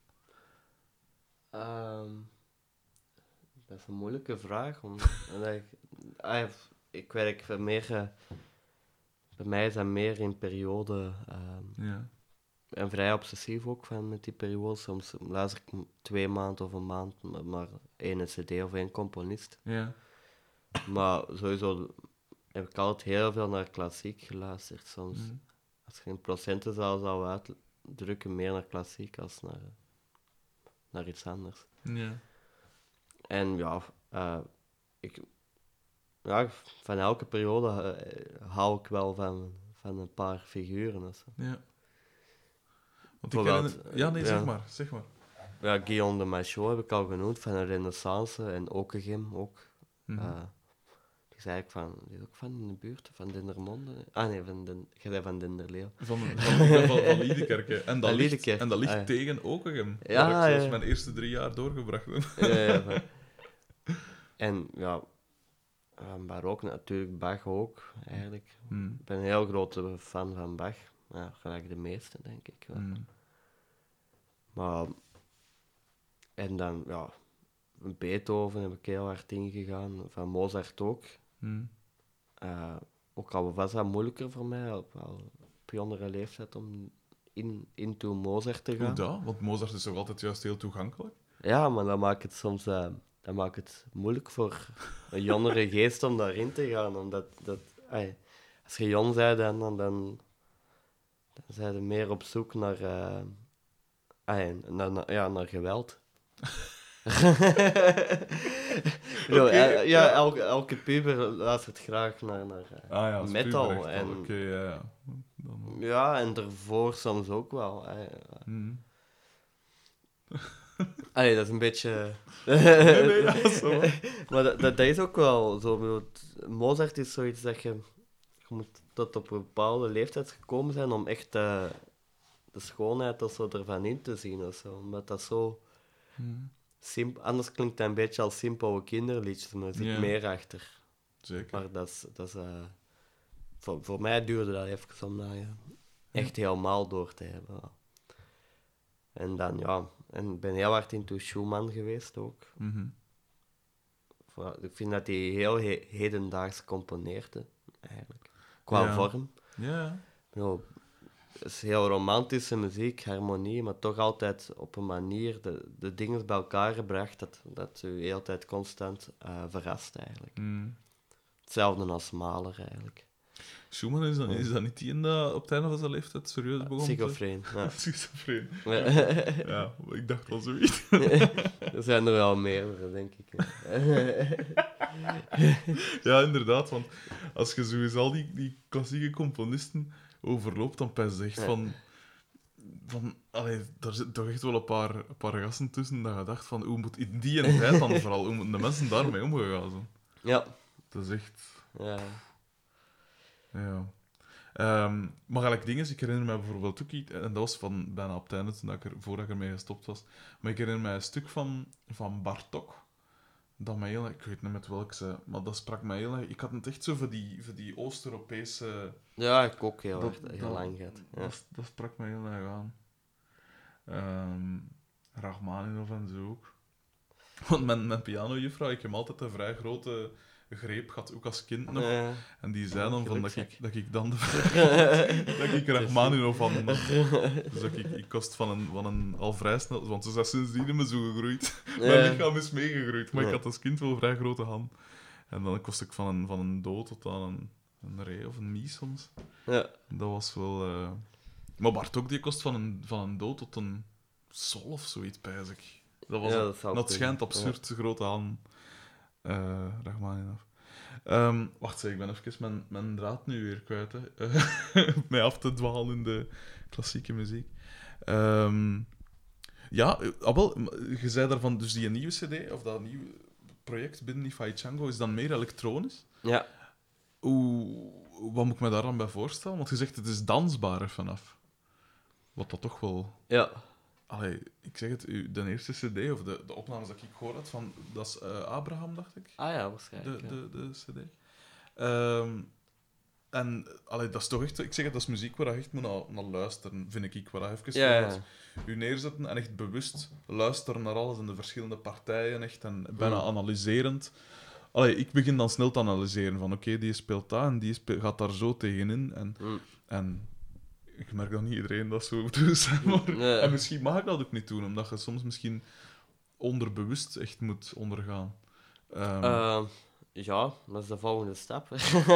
[SPEAKER 2] Um, dat is een moeilijke vraag. Om, ik, ah, ik werk meer... Uh, bij mij is dat meer in periode... Um,
[SPEAKER 1] ja.
[SPEAKER 2] En vrij obsessief ook van met die periode. Soms luister ik twee maanden of een maand maar één cd of één componist.
[SPEAKER 1] Ja.
[SPEAKER 2] Maar sowieso heb ik altijd heel veel naar klassiek geluisterd. Soms,
[SPEAKER 1] Mm.
[SPEAKER 2] als je in procenten zou, zou uitdrukken, meer naar klassiek als naar, naar iets anders.
[SPEAKER 1] Ja.
[SPEAKER 2] En ja, uh, ik, ja, van elke periode uh, hou ik wel van, van een paar figuren. Of zo.
[SPEAKER 1] Ja. Want ik herinner... Ja, nee, zeg
[SPEAKER 2] ja.
[SPEAKER 1] maar. Zeg maar.
[SPEAKER 2] Ja, Guillaume de Machaut heb ik al genoemd, van de Renaissance en Ockeghem ook.
[SPEAKER 1] Mm-hmm.
[SPEAKER 2] Uh, Die is eigenlijk van, die is ook van in de buurt, van Dendermonde. Ah nee, van Den, jij zei van Denderleeuw.
[SPEAKER 1] Van, van, van, van, van Liedekerke. En dat
[SPEAKER 2] Van
[SPEAKER 1] ligt,
[SPEAKER 2] Liedekerke.
[SPEAKER 1] en dat ligt
[SPEAKER 2] Ah, ja.
[SPEAKER 1] tegen Okegem.
[SPEAKER 2] Ja,
[SPEAKER 1] waar ik zelfs
[SPEAKER 2] ja.
[SPEAKER 1] mijn eerste drie jaar doorgebracht heb.
[SPEAKER 2] Ja, ja, van- En ja, van Barok natuurlijk, Bach ook, eigenlijk.
[SPEAKER 1] Hmm.
[SPEAKER 2] Ik ben een heel grote fan van Bach. Ja, gelijk de meeste, denk ik wel.
[SPEAKER 1] Hmm.
[SPEAKER 2] Maar... En dan, ja... Beethoven heb ik heel hard ingegaan. Van Mozart ook.
[SPEAKER 1] Hmm.
[SPEAKER 2] Uh, ook al was dat moeilijker voor mij, op, al op jongere leeftijd, om in, into Mozart te gaan.
[SPEAKER 1] Hoe dat? Want Mozart is toch altijd juist heel toegankelijk?
[SPEAKER 2] Ja, maar dan maakt het soms uh, dan maakt het moeilijk voor een jongere geest om daarin te gaan. Omdat dat, ay, als je jong bent, dan, dan, dan, dan zijn je meer op zoek naar, uh, ay, naar, naar, ja, naar geweld. Yo,
[SPEAKER 1] Okay,
[SPEAKER 2] ja, ja, elke, elke puber luistert graag naar, naar uh,
[SPEAKER 1] Ah ja,
[SPEAKER 2] metal.
[SPEAKER 1] puber echt
[SPEAKER 2] En,
[SPEAKER 1] wel. Oké, ja, ja. Dan...
[SPEAKER 2] ja, en daarvoor soms ook wel. Ay,
[SPEAKER 1] Hmm.
[SPEAKER 2] Allee, dat is een beetje...
[SPEAKER 1] Nee, nee, ja, zo.
[SPEAKER 2] Maar dat, dat, dat is ook wel zo. Bijvoorbeeld, Mozart is zoiets dat je... Je moet tot op een bepaalde leeftijd gekomen zijn om echt uh, de schoonheid of zo ervan in te zien. Of zo. Omdat dat zo...
[SPEAKER 1] Hmm.
[SPEAKER 2] Simp- Anders klinkt dat een beetje als simpele kinderliedjes, maar er zit
[SPEAKER 1] Ja.
[SPEAKER 2] meer achter.
[SPEAKER 1] Zeker.
[SPEAKER 2] Maar dat is... Dat is uh, voor, voor mij duurde dat even om dat ja, echt helemaal door te hebben. En dan, ja... En ik ben heel hard into Schumann geweest ook.
[SPEAKER 1] Mhm.
[SPEAKER 2] Vooral- Ik vind dat hij heel he- hedendaags componeerde, eigenlijk. Qua
[SPEAKER 1] Ja.
[SPEAKER 2] vorm.
[SPEAKER 1] Ja.
[SPEAKER 2] Ja, het is heel romantische muziek, harmonie, maar toch altijd op een manier de, de dingen bij elkaar gebracht dat, dat u heel tijd constant uh, verrast, eigenlijk.
[SPEAKER 1] Hmm.
[SPEAKER 2] Hetzelfde als Mahler, eigenlijk.
[SPEAKER 1] Schumann, is dat, is dat niet die in de, op het einde van zijn leeftijd serieus begon?
[SPEAKER 2] Schizofreen, ja.
[SPEAKER 1] Schizofreen.
[SPEAKER 2] Ja.
[SPEAKER 1] Ja, ik dacht al zoiets.
[SPEAKER 2] Er zijn er wel meerdere, denk ik.
[SPEAKER 1] Ja, inderdaad, want als je sowieso al die, die klassieke componisten overloopt, dan pijs je echt
[SPEAKER 2] Ja.
[SPEAKER 1] van... van allee, daar zitten toch echt wel een paar, een paar gasten tussen dat je dacht van, hoe moet in die en tijd dan vooral, hoe moeten de mensen daarmee omgegaan zijn?
[SPEAKER 2] Ja.
[SPEAKER 1] Dat is echt...
[SPEAKER 2] Ja.
[SPEAKER 1] Ja. Ehm, maar gelijk dingen, ik herinner me bijvoorbeeld ook iets, en dat was van bijna op het einde, toen ik er, voordat ik ermee gestopt was, maar ik herinner me een stuk van, van Bartók, dat mij heel, ik weet niet met welk ze, maar dat sprak mij heel erg. Ik had het echt zo voor die, voor die Oost-Europese...
[SPEAKER 2] Ja, ik ook heel,
[SPEAKER 1] Dat-
[SPEAKER 2] hard, heel
[SPEAKER 1] dat-
[SPEAKER 2] lang gehad. Ja.
[SPEAKER 1] Dat, dat sprak mij heel erg aan. Ehm Rachmaninov en zo ook. Want mijn, mijn pianojuffrouw, ik heb altijd een vrij grote greep gehad, ook als kind nog.
[SPEAKER 2] Ja.
[SPEAKER 1] En die zei dan van dat
[SPEAKER 2] Gelukkig.
[SPEAKER 1] ik, dat ik dan de, dat ik Rachmaninov van had. Dus dat ik, ik kost van een, van een al vrij snel, want ze is sindsdien in me zo gegroeid. Mijn
[SPEAKER 2] Ja.
[SPEAKER 1] lichaam is meegegroeid, maar ik
[SPEAKER 2] Ja.
[SPEAKER 1] had als kind wel een vrij grote hand. En dan kost ik van een, van een dood tot aan een, een ree of een mies soms.
[SPEAKER 2] Ja.
[SPEAKER 1] Dat was wel... uh... Maar Bartók die kost van een, van een dood tot een sol of zoiets, pijs ik. Dat was
[SPEAKER 2] Ja,
[SPEAKER 1] een-
[SPEAKER 2] dat zou
[SPEAKER 1] dat
[SPEAKER 2] kunnen.
[SPEAKER 1] schijnt absurd grote hand. Uh, Rachmaninov. Um, wacht, zeg, ik ben even mijn, mijn draad nu weer kwijt. Hè. Uh, mij af te dwalen in de klassieke muziek. Um, ja, ah, wel, je zei daarvan, dus die nieuwe cd, of dat nieuwe project binnen Ifai Django, is dan meer elektronisch.
[SPEAKER 2] Ja.
[SPEAKER 1] Hoe, wat moet ik me daar dan bij voorstellen? Want je zegt, het is dansbaar er vanaf. Wat dat toch wel...
[SPEAKER 2] Ja.
[SPEAKER 1] Allee, ik zeg het, u- de eerste cd, of de, de opnames dat ik gehoord had, van, dat is uh, Abraham, dacht ik.
[SPEAKER 2] Ah ja,
[SPEAKER 1] De,
[SPEAKER 2] waarschijnlijk. ja.
[SPEAKER 1] de, de cd. Ehm, en allee, dat is toch echt... Ik zeg het, dat is muziek waar je echt moet naar, naar luisteren, vind ik. Waar je even
[SPEAKER 2] Ja,
[SPEAKER 1] moet
[SPEAKER 2] ja.
[SPEAKER 1] u neerzetten en echt bewust luisteren naar alles en de verschillende partijen, echt, en bijna
[SPEAKER 2] Mm.
[SPEAKER 1] analyserend. Allee, ik begin dan snel te analyseren van oké, die speelt dat en die speel- gaat daar zo tegenin. En,
[SPEAKER 2] Mm.
[SPEAKER 1] en ik merk dat niet iedereen dat zo doet. Maar,
[SPEAKER 2] Nee.
[SPEAKER 1] En misschien mag ik dat ook niet doen, omdat je soms misschien onderbewust echt moet ondergaan. Ehm,
[SPEAKER 2] Eh, ja, dat is de volgende stap.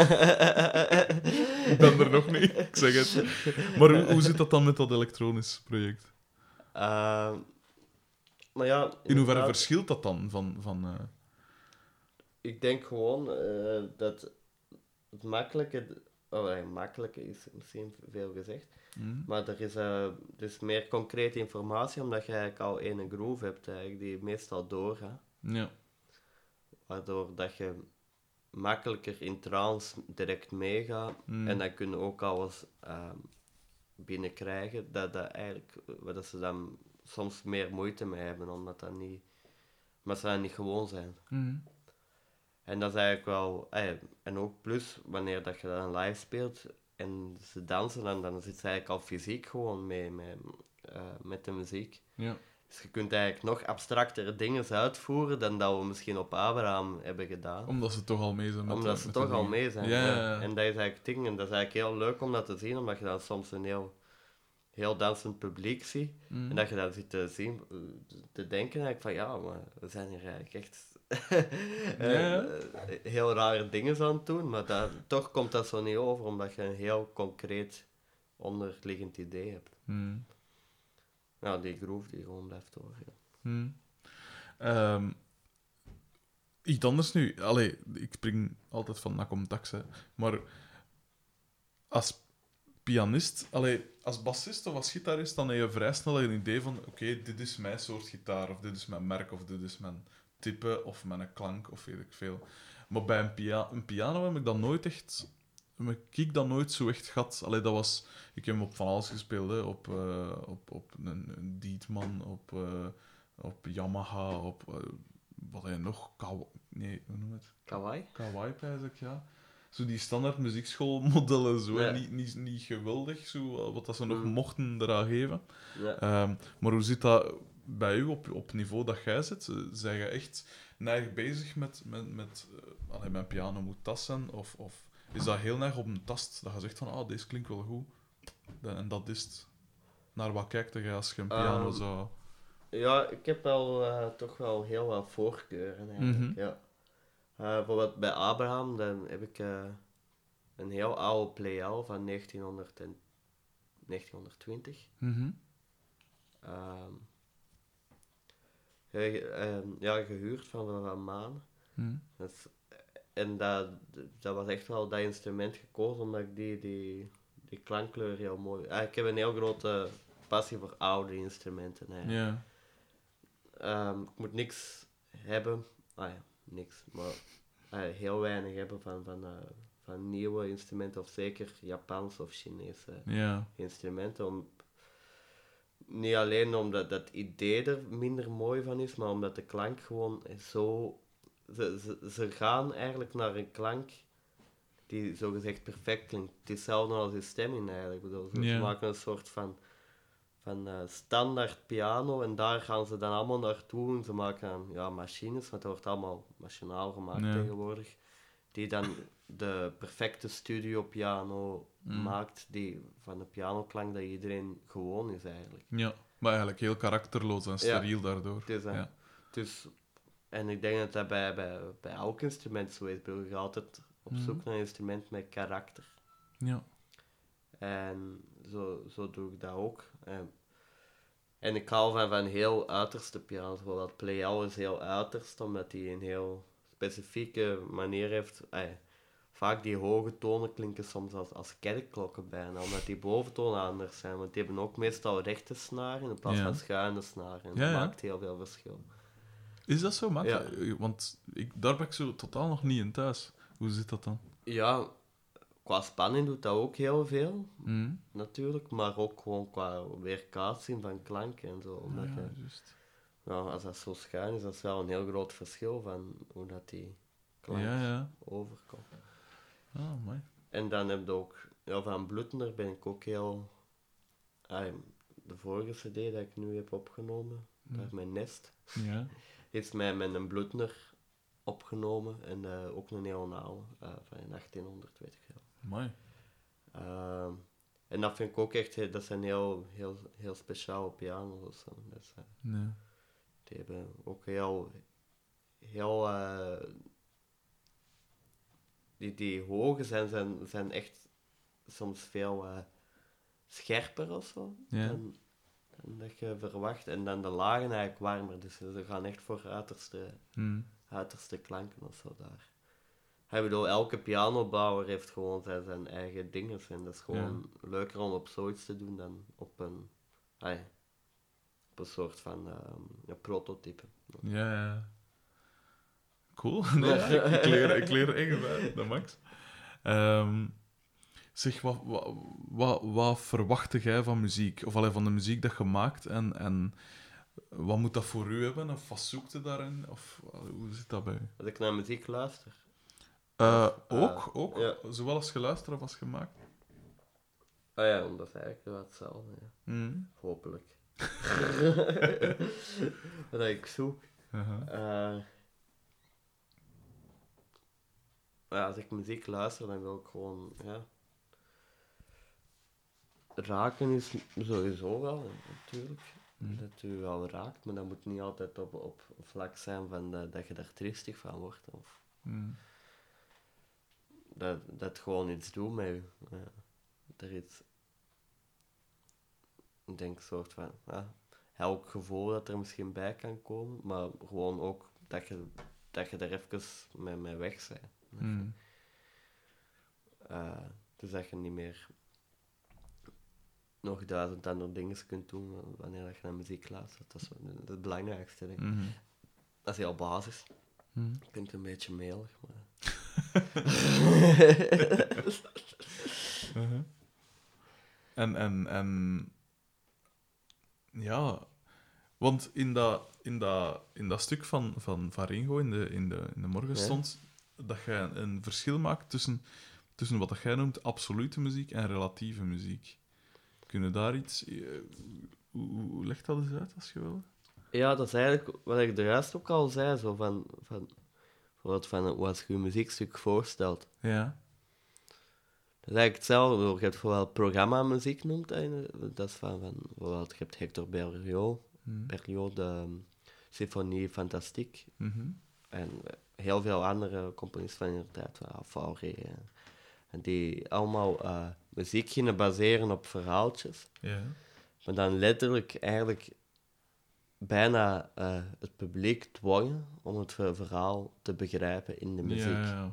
[SPEAKER 1] Ik ben er nog niet, ik zeg het. Maar hoe, hoe zit dat dan met dat elektronisch project?
[SPEAKER 2] Eh, maar ja...
[SPEAKER 1] In hoeverre
[SPEAKER 2] inderdaad,
[SPEAKER 1] verschilt dat dan van... van uh...
[SPEAKER 2] Ik denk gewoon eh, dat het makkelijke... Oh, nee, makkelijke is misschien veel gezegd.
[SPEAKER 1] hmm?
[SPEAKER 2] Maar er is eh, dus meer concrete informatie, omdat je eigenlijk al een groove hebt eigenlijk, die meestal doorgaat.
[SPEAKER 1] Ja.
[SPEAKER 2] Waardoor dat je makkelijker in trance direct meega.
[SPEAKER 1] Mm.
[SPEAKER 2] En dan kun je ook alles uh, binnenkrijgen. Dat, dat, eigenlijk, dat ze dan soms meer moeite mee hebben, omdat, dat niet, omdat ze dat niet gewoon zijn.
[SPEAKER 1] Mm.
[SPEAKER 2] En dat is eigenlijk wel... Eh, en ook plus, wanneer dat je dan live speelt en ze dansen, dan, dan zit ze eigenlijk al fysiek gewoon mee met, uh, met de muziek.
[SPEAKER 1] Ja.
[SPEAKER 2] Dus je kunt eigenlijk nog abstractere dingen uitvoeren dan dat we misschien op Abraham hebben gedaan.
[SPEAKER 1] Omdat ze toch al mee zijn met
[SPEAKER 2] Omdat
[SPEAKER 1] de,
[SPEAKER 2] ze
[SPEAKER 1] met
[SPEAKER 2] toch
[SPEAKER 1] de
[SPEAKER 2] al
[SPEAKER 1] dingen.
[SPEAKER 2] mee zijn.
[SPEAKER 1] Ja,
[SPEAKER 2] Ja.
[SPEAKER 1] ja, ja.
[SPEAKER 2] En dat is eigenlijk het ding. En dat is eigenlijk heel leuk om dat te zien, omdat je dan soms een heel, heel dansend publiek ziet.
[SPEAKER 1] Mm.
[SPEAKER 2] En dat je dan zit te zien, te denken eigenlijk van ja, maar we zijn hier eigenlijk echt
[SPEAKER 1] Ja, ja.
[SPEAKER 2] uh, heel rare dingen aan het doen. Maar dat, toch komt dat zo niet over, omdat je een heel concreet onderliggend idee hebt.
[SPEAKER 1] Mm.
[SPEAKER 2] Nou, die groove die gewoon blijft doorgaan.
[SPEAKER 1] Hmm. Um, iets anders nu. Allee, ik spring altijd van nak om tax, hè. Maar als pianist, allee, als bassist of als gitarist, dan heb je vrij snel een idee van oké, okay, dit is mijn soort gitaar, of dit is mijn merk, of dit is mijn type, of mijn klank, of weet ik veel. Maar bij een, pia een piano heb ik dat nooit echt... heb ik dat nooit zo echt gehad. Allee, dat was... Ik heb op van alles gespeeld, hè. Op, uh, op, op een, een Dietman, op, uh, op Yamaha, op... Uh, wat heb je nog? Kawa... Nee, hoe noem je het?
[SPEAKER 2] Kawaii?
[SPEAKER 1] Kawaii, pijs ik, ja. Zo die standaard muziekschoolmodellen, zo,
[SPEAKER 2] Ja.
[SPEAKER 1] niet, niet, niet geweldig, zo, wat dat ze nog
[SPEAKER 2] Mm.
[SPEAKER 1] mochten eraan geven.
[SPEAKER 2] Ja.
[SPEAKER 1] Um, maar hoe zit dat bij u op, op niveau dat jij zit? Zijn je echt neig bezig met, met, met uh, allee, mijn piano moet tas zijn? Of, of is dat heel erg op een tast, dat je zegt van, ah, deze klinkt wel goed, en dat is het? Naar wat kijkt je als je een piano
[SPEAKER 2] Um,
[SPEAKER 1] zou...
[SPEAKER 2] Ja, ik heb wel uh, toch wel heel wat voorkeuren eigenlijk,
[SPEAKER 1] Mhm.
[SPEAKER 2] ja. Uh, bijvoorbeeld bij Abraham, dan heb ik uh, een heel oude Pleyel van negentienhonderd en negentienhonderdtwintig.
[SPEAKER 1] Mhm.
[SPEAKER 2] Um, ge- um, ja, gehuurd van, van Maan.
[SPEAKER 1] Mhm.
[SPEAKER 2] Dus, en dat, dat was echt wel dat instrument gekozen, omdat ik die, die, die klankkleur heel mooi... Uh, ik heb een heel grote passie voor oude instrumenten eigenlijk.
[SPEAKER 1] Ja.
[SPEAKER 2] Um, ik moet niks hebben, ah ja, niks, maar uh, heel weinig hebben van, van, uh, van nieuwe instrumenten, of zeker Japans of Chinese
[SPEAKER 1] Ja.
[SPEAKER 2] instrumenten. Om, niet alleen omdat dat idee er minder mooi van is, maar omdat de klank gewoon zo... Ze, ze, ze gaan eigenlijk naar een klank die zogezegd perfect klinkt. Het is hetzelfde als je stemming eigenlijk. Ik bedoel, ze
[SPEAKER 1] Ja.
[SPEAKER 2] maken een soort van... van uh, standaard piano en daar gaan ze dan allemaal naartoe en ze maken dan, ja, machines, want dat wordt allemaal machinaal gemaakt
[SPEAKER 1] Ja.
[SPEAKER 2] tegenwoordig, die dan de perfecte studio piano
[SPEAKER 1] Mm.
[SPEAKER 2] maakt, die van de pianoklank dat iedereen gewoon is eigenlijk.
[SPEAKER 1] Ja. Maar eigenlijk heel karakterloos en steriel daardoor.
[SPEAKER 2] Dus, uh,
[SPEAKER 1] Ja.
[SPEAKER 2] dus, en ik denk dat dat bij, bij, bij elk instrument zo is. Ik bedoel, je gaat altijd op
[SPEAKER 1] Mhm.
[SPEAKER 2] zoek naar een instrument met karakter.
[SPEAKER 1] Ja.
[SPEAKER 2] En zo, zo doe ik dat ook. En, en ik hou van, van heel uiterste piano's. Bijvoorbeeld Pleyel is heel uiterst, omdat hij een heel specifieke manier heeft. Ay, vaak die hoge tonen klinken soms als, als kerkklokken bijna, omdat die boventonen anders zijn. Want die hebben ook meestal rechte snaren in plaats
[SPEAKER 1] Ja.
[SPEAKER 2] van schuine snaren. En
[SPEAKER 1] Ja,
[SPEAKER 2] dat
[SPEAKER 1] ja.
[SPEAKER 2] maakt heel veel verschil.
[SPEAKER 1] Is dat zo makkelijk?
[SPEAKER 2] Ja.
[SPEAKER 1] Want ik, daar ben ik zo totaal nog niet in thuis. Hoe zit dat dan?
[SPEAKER 2] Ja, qua spanning doet dat ook heel veel,
[SPEAKER 1] Mhm.
[SPEAKER 2] natuurlijk. Maar ook gewoon qua weerkaatsing van klanken en zo. Omdat
[SPEAKER 1] Ah,
[SPEAKER 2] je,
[SPEAKER 1] ja, juist.
[SPEAKER 2] nou, als dat zo schuin is, dat is wel een heel groot verschil van hoe dat die klank
[SPEAKER 1] Ja, ja.
[SPEAKER 2] overkomt.
[SPEAKER 1] Ah, mooi.
[SPEAKER 2] En dan heb je ook, ja, van Blutner ben ik ook heel... Ah, de vorige cd dat ik nu heb opgenomen, daar mijn Nest,
[SPEAKER 1] Ja.
[SPEAKER 2] heeft mij met een Blutner opgenomen. En uh, ook een heel oude, uh, van achttienhonderd, weet ik veel.
[SPEAKER 1] Mooi.
[SPEAKER 2] Uh, en dat vind ik ook echt, dat zijn heel, heel, heel speciale piano's. Dus, uh,
[SPEAKER 1] Nee.
[SPEAKER 2] die hebben ook heel, heel uh, die, die hoge zijn, zijn, zijn echt soms veel uh, scherper of zo
[SPEAKER 1] Ja.
[SPEAKER 2] dan, dan dat je verwacht. En dan de lagen eigenlijk warmer, dus ze gaan echt voor uiterste,
[SPEAKER 1] Mhm.
[SPEAKER 2] uiterste klanken of zo daar. Ik bedoel, elke pianobouwer heeft gewoon zijn, zijn eigen dingen. En dat is gewoon leuker om op zoiets te doen dan op een, ay, op een soort van um, een prototype.
[SPEAKER 1] Ja, ja. Cool. Nee, ja, ik, ik, leer, ik leer echt bij, dat Max. Ehm, zeg, wat, wat, wat, wat verwachtte jij van muziek? Of allee, van de muziek dat je maakt? En, en wat moet dat voor u hebben? Of wat zoekt je daarin? Of allee, hoe zit dat bij u?
[SPEAKER 2] Als ik naar muziek luister.
[SPEAKER 1] Uh,
[SPEAKER 2] Of, uh,
[SPEAKER 1] ook, ook.
[SPEAKER 2] ja.
[SPEAKER 1] Zowel als geluisterd of als gemaakt.
[SPEAKER 2] Ah ja, dat is eigenlijk wel hetzelfde. Ja.
[SPEAKER 1] Mm.
[SPEAKER 2] Hopelijk. Wat ik zoek.
[SPEAKER 1] Uh-huh.
[SPEAKER 2] Uh, ja, als ik muziek luister, dan wil ik gewoon, ja... Raken is sowieso wel, natuurlijk. Mm. Dat u wel raakt, maar dat moet niet altijd op, op vlak zijn van dat, dat je daar triestig van wordt. Of
[SPEAKER 1] mm.
[SPEAKER 2] dat, dat gewoon iets doet met je. Ja. Er is... Ik denk een soort van... Ja, elk gevoel dat er misschien bij kan komen, maar gewoon ook dat je, dat je er even mee, mee weg bent.
[SPEAKER 1] Mm.
[SPEAKER 2] Uh, dus dat je niet meer nog duizend andere dingen kunt doen wanneer je naar muziek luistert. Dat is het, het belangrijkste, denk ik.
[SPEAKER 1] Mm-hmm.
[SPEAKER 2] Dat is heel basis.
[SPEAKER 1] Mm.
[SPEAKER 2] Ik vind het een beetje melig, maar...
[SPEAKER 1] uh-huh. En, en, en... Ja... Want in dat, in dat, in dat stuk van, van, van Ringo in de, in de, in de morgen
[SPEAKER 2] ja.
[SPEAKER 1] stond dat jij een verschil maakt tussen, tussen wat dat jij noemt absolute muziek en relatieve muziek. Kun je daar iets... Uh, hoe, hoe legt dat eens uit, als je wil?
[SPEAKER 2] Ja, dat is eigenlijk wat ik de juist ook al zei, zo van... van wat van hoe je je muziekstuk voorstelt.
[SPEAKER 1] Ja.
[SPEAKER 2] Dat is eigenlijk hetzelfde. Je hebt vooral programmamuziek noemt dat. Dat is van... van bijvoorbeeld, je hebt Hector Berlioz.
[SPEAKER 1] Mm.
[SPEAKER 2] Berlioz, de um, Symphonie Fantastique.
[SPEAKER 1] Mm-hmm.
[SPEAKER 2] En heel veel andere componisten van inderdaad, Fauré. Uh, en die allemaal uh, muziek gingen baseren op verhaaltjes.
[SPEAKER 1] Yeah.
[SPEAKER 2] Maar dan letterlijk eigenlijk bijna uh, het publiek dwongen om het verhaal te begrijpen in de muziek.
[SPEAKER 1] Ja, ja.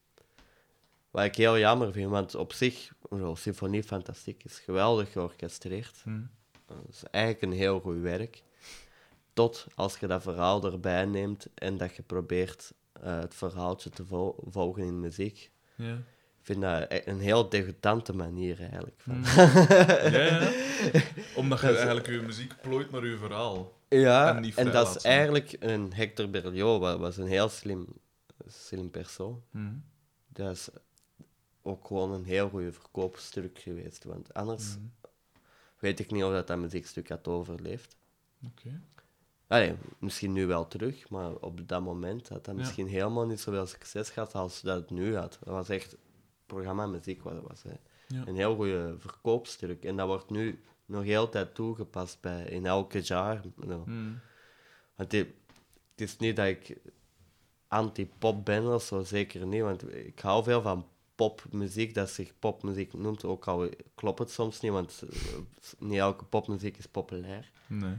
[SPEAKER 2] Wat ik heel jammer vind, want op zich, zo, Symfonie Fantastique is geweldig georchestreerd.
[SPEAKER 1] Mm.
[SPEAKER 2] Dat is eigenlijk een heel goed werk. Tot als je dat verhaal erbij neemt en dat je probeert uh, het verhaaltje te vol- volgen in muziek.
[SPEAKER 1] Yeah.
[SPEAKER 2] Ik vind dat een heel degoutante manier eigenlijk. Van.
[SPEAKER 1] Mm. ja, ja. Omdat je eigenlijk je muziek plooit naar je verhaal.
[SPEAKER 2] Ja,
[SPEAKER 1] en,
[SPEAKER 2] en dat is eigenlijk een Hector Berlioz, was, was een heel slim, slim persoon.
[SPEAKER 1] Mm.
[SPEAKER 2] Dat is ook gewoon een heel goed verkoopstuk geweest, want anders
[SPEAKER 1] Mm.
[SPEAKER 2] weet ik niet of dat, dat muziekstuk had overleefd.
[SPEAKER 1] Oké.
[SPEAKER 2] Allee, misschien nu wel terug, maar op dat moment had dat
[SPEAKER 1] Ja.
[SPEAKER 2] misschien helemaal niet zoveel succes gehad als dat het nu had. Dat was echt programma-muziek, wat dat was. Hè.
[SPEAKER 1] Ja.
[SPEAKER 2] Een heel goed verkoopstuk. En dat wordt nu nog heel tijd toegepast bij, in elke jaar. Nou.
[SPEAKER 1] Mm.
[SPEAKER 2] Want die, het is niet dat ik anti-pop ben of zo, zeker niet. Want ik hou veel van popmuziek, dat zich popmuziek noemt. Ook al klopt het soms niet, want niet elke popmuziek is populair.
[SPEAKER 1] Nee.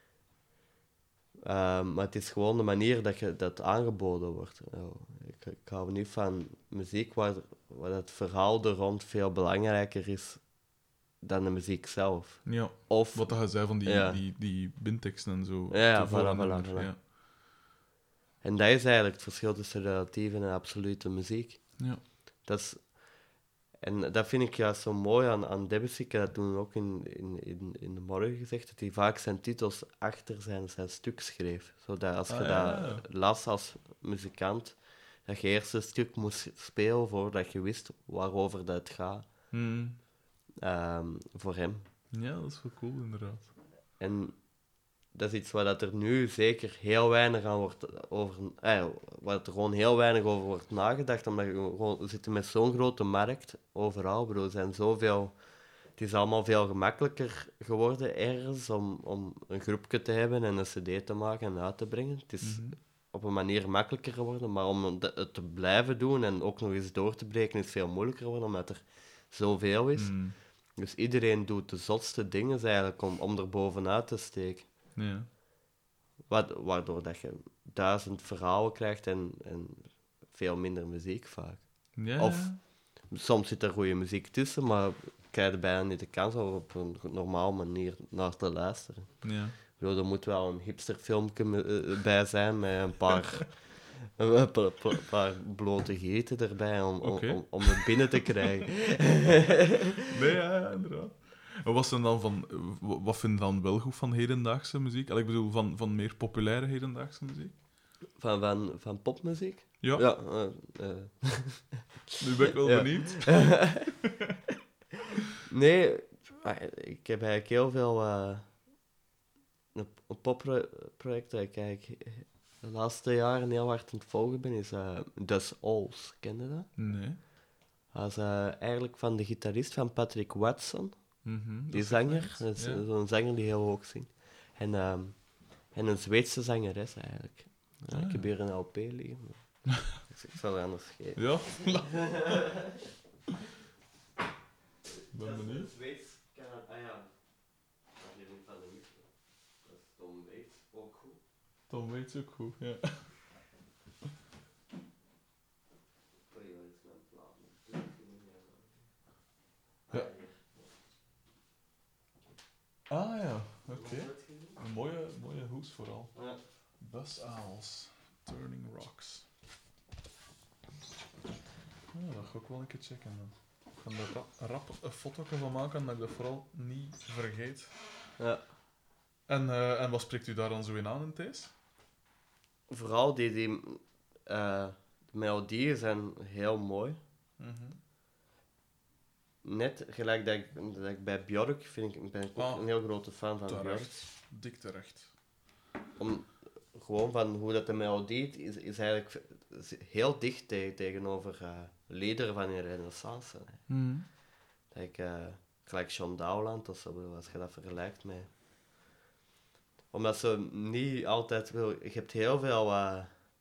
[SPEAKER 2] Uh, maar het is gewoon de manier dat je dat aangeboden wordt. Nou, ik, ik hou niet van muziek waar, waar het verhaal er rond veel belangrijker is dan de muziek zelf.
[SPEAKER 1] Ja.
[SPEAKER 2] Of,
[SPEAKER 1] Wat dat je zei van die,
[SPEAKER 2] ja.
[SPEAKER 1] die, die bindteksten en zo.
[SPEAKER 2] Ja, ja,
[SPEAKER 1] te voor
[SPEAKER 2] voilà,
[SPEAKER 1] en
[SPEAKER 2] voilà,
[SPEAKER 1] nummer,
[SPEAKER 2] voilà.
[SPEAKER 1] Ja.
[SPEAKER 2] En dat is eigenlijk het verschil tussen relatieve en absolute muziek.
[SPEAKER 1] Ja.
[SPEAKER 2] Dat is, en dat vind ik juist zo mooi aan, aan Debussy. Ik heb dat toen ook in, in, in, in de morgen gezegd, dat hij vaak zijn titels achter zijn, zijn stuk schreef. Zodat als je
[SPEAKER 1] Ah, ja,
[SPEAKER 2] dat
[SPEAKER 1] ja.
[SPEAKER 2] las als muzikant, dat je eerst een stuk moest spelen voordat je wist waarover dat gaat.
[SPEAKER 1] Mm.
[SPEAKER 2] Um, voor hem.
[SPEAKER 1] Ja, dat is wel cool, inderdaad.
[SPEAKER 2] En dat is iets waar dat er nu zeker heel weinig aan wordt over, eh, waar er gewoon heel weinig over wordt nagedacht, omdat je gewoon, we zitten met zo'n grote markt overal. Ik bedoel, er zijn zoveel, het is allemaal veel gemakkelijker geworden ergens om, om een groepje te hebben en een cd te maken en uit te brengen. Het is
[SPEAKER 1] Mhm.
[SPEAKER 2] op een manier makkelijker geworden, maar om het te blijven doen en ook nog eens door te breken is veel moeilijker geworden, omdat er zoveel is.
[SPEAKER 1] Mm.
[SPEAKER 2] Dus iedereen doet de zotste dingen eigenlijk om, om er bovenuit te steken.
[SPEAKER 1] Ja.
[SPEAKER 2] Wa- waardoor dat je duizend verhalen krijgt en, en veel minder muziek vaak.
[SPEAKER 1] Ja,
[SPEAKER 2] Of
[SPEAKER 1] ja.
[SPEAKER 2] soms zit er goede muziek tussen, maar krijg je bijna niet de kans om op een normale manier naar te luisteren.
[SPEAKER 1] Ja.
[SPEAKER 2] Ik bedoel, er moet wel een hipsterfilmpje me- eh, bij zijn met een paar Een pa- pa- paar blote geten erbij om, om,
[SPEAKER 1] Oké.
[SPEAKER 2] om, om het binnen te krijgen.
[SPEAKER 1] Nee, ja, ja, inderdaad. En wat, zijn dan van, w- wat vind je dan wel goed van hedendaagse muziek? Allee, ik bedoel, van, van meer populaire hedendaagse muziek?
[SPEAKER 2] Van, van, van popmuziek?
[SPEAKER 1] Ja,
[SPEAKER 2] Ja. eh, eh.
[SPEAKER 1] nu ben ik wel
[SPEAKER 2] Ja.
[SPEAKER 1] benieuwd.
[SPEAKER 2] Nee, ah, ik heb eigenlijk heel veel uh, een, een popproject dat ik eigenlijk de laatste jaren heel hard aan het volgen ben, is uh, Dus Alls. Ken je dat?
[SPEAKER 1] Nee.
[SPEAKER 2] Dat is uh, eigenlijk van de gitarist van Patrick Watson.
[SPEAKER 1] Mhm, dat
[SPEAKER 2] Die
[SPEAKER 1] zegt mij
[SPEAKER 2] zanger,
[SPEAKER 1] iets.
[SPEAKER 2] dat is
[SPEAKER 1] Ja.
[SPEAKER 2] zo'n zanger die heel hoog zingt. En, ehm, en een Zweedse zangeres eigenlijk. Ja,
[SPEAKER 1] Ah.
[SPEAKER 2] Ik heb hier een L P liggen. maar- dus ik zal er anders geven.
[SPEAKER 1] Ja. Ik ben benieuwd.
[SPEAKER 2] Zweeds kan het, ah ja. Dat is niet van de micro. Dat is Tom Waits, ook goed.
[SPEAKER 1] Tom weet ook goed, ja.
[SPEAKER 2] Sorry, wat is mijn plaat?
[SPEAKER 1] Ja.
[SPEAKER 2] Ah, hier.
[SPEAKER 1] Ah ja, oké.
[SPEAKER 2] Heb je dat gezien?
[SPEAKER 1] Een mooie, mooie hoes vooral.
[SPEAKER 2] Ja.
[SPEAKER 1] Bus Owls, Turning Rocks. Ja, dat ga ik wel een keer checken dan. Ik ga er rap, rap een foto van maken, dat ik dat vooral niet vergeet.
[SPEAKER 2] Ja.
[SPEAKER 1] En, eh, en wat spreekt u daar dan zo in aan in Thijs?
[SPEAKER 2] Vooral die, die eh, de melodieën zijn heel mooi.
[SPEAKER 1] Mhm.
[SPEAKER 2] Net gelijk dat ik, dat ik bij Björk vind ik, ben ik ook
[SPEAKER 1] Ah,
[SPEAKER 2] een heel grote fan van Björk.
[SPEAKER 1] Terecht. Dik terecht.
[SPEAKER 2] Om, gewoon van hoe dat de melodie is, is eigenlijk heel dicht te- tegenover uh, liederen van de Renaissance. Hè.
[SPEAKER 1] Mhm.
[SPEAKER 2] Dat ik, uh, gelijk John Dowland of zo, als je dat vergelijkt met... Omdat ze niet altijd wil... Je hebt heel veel uh,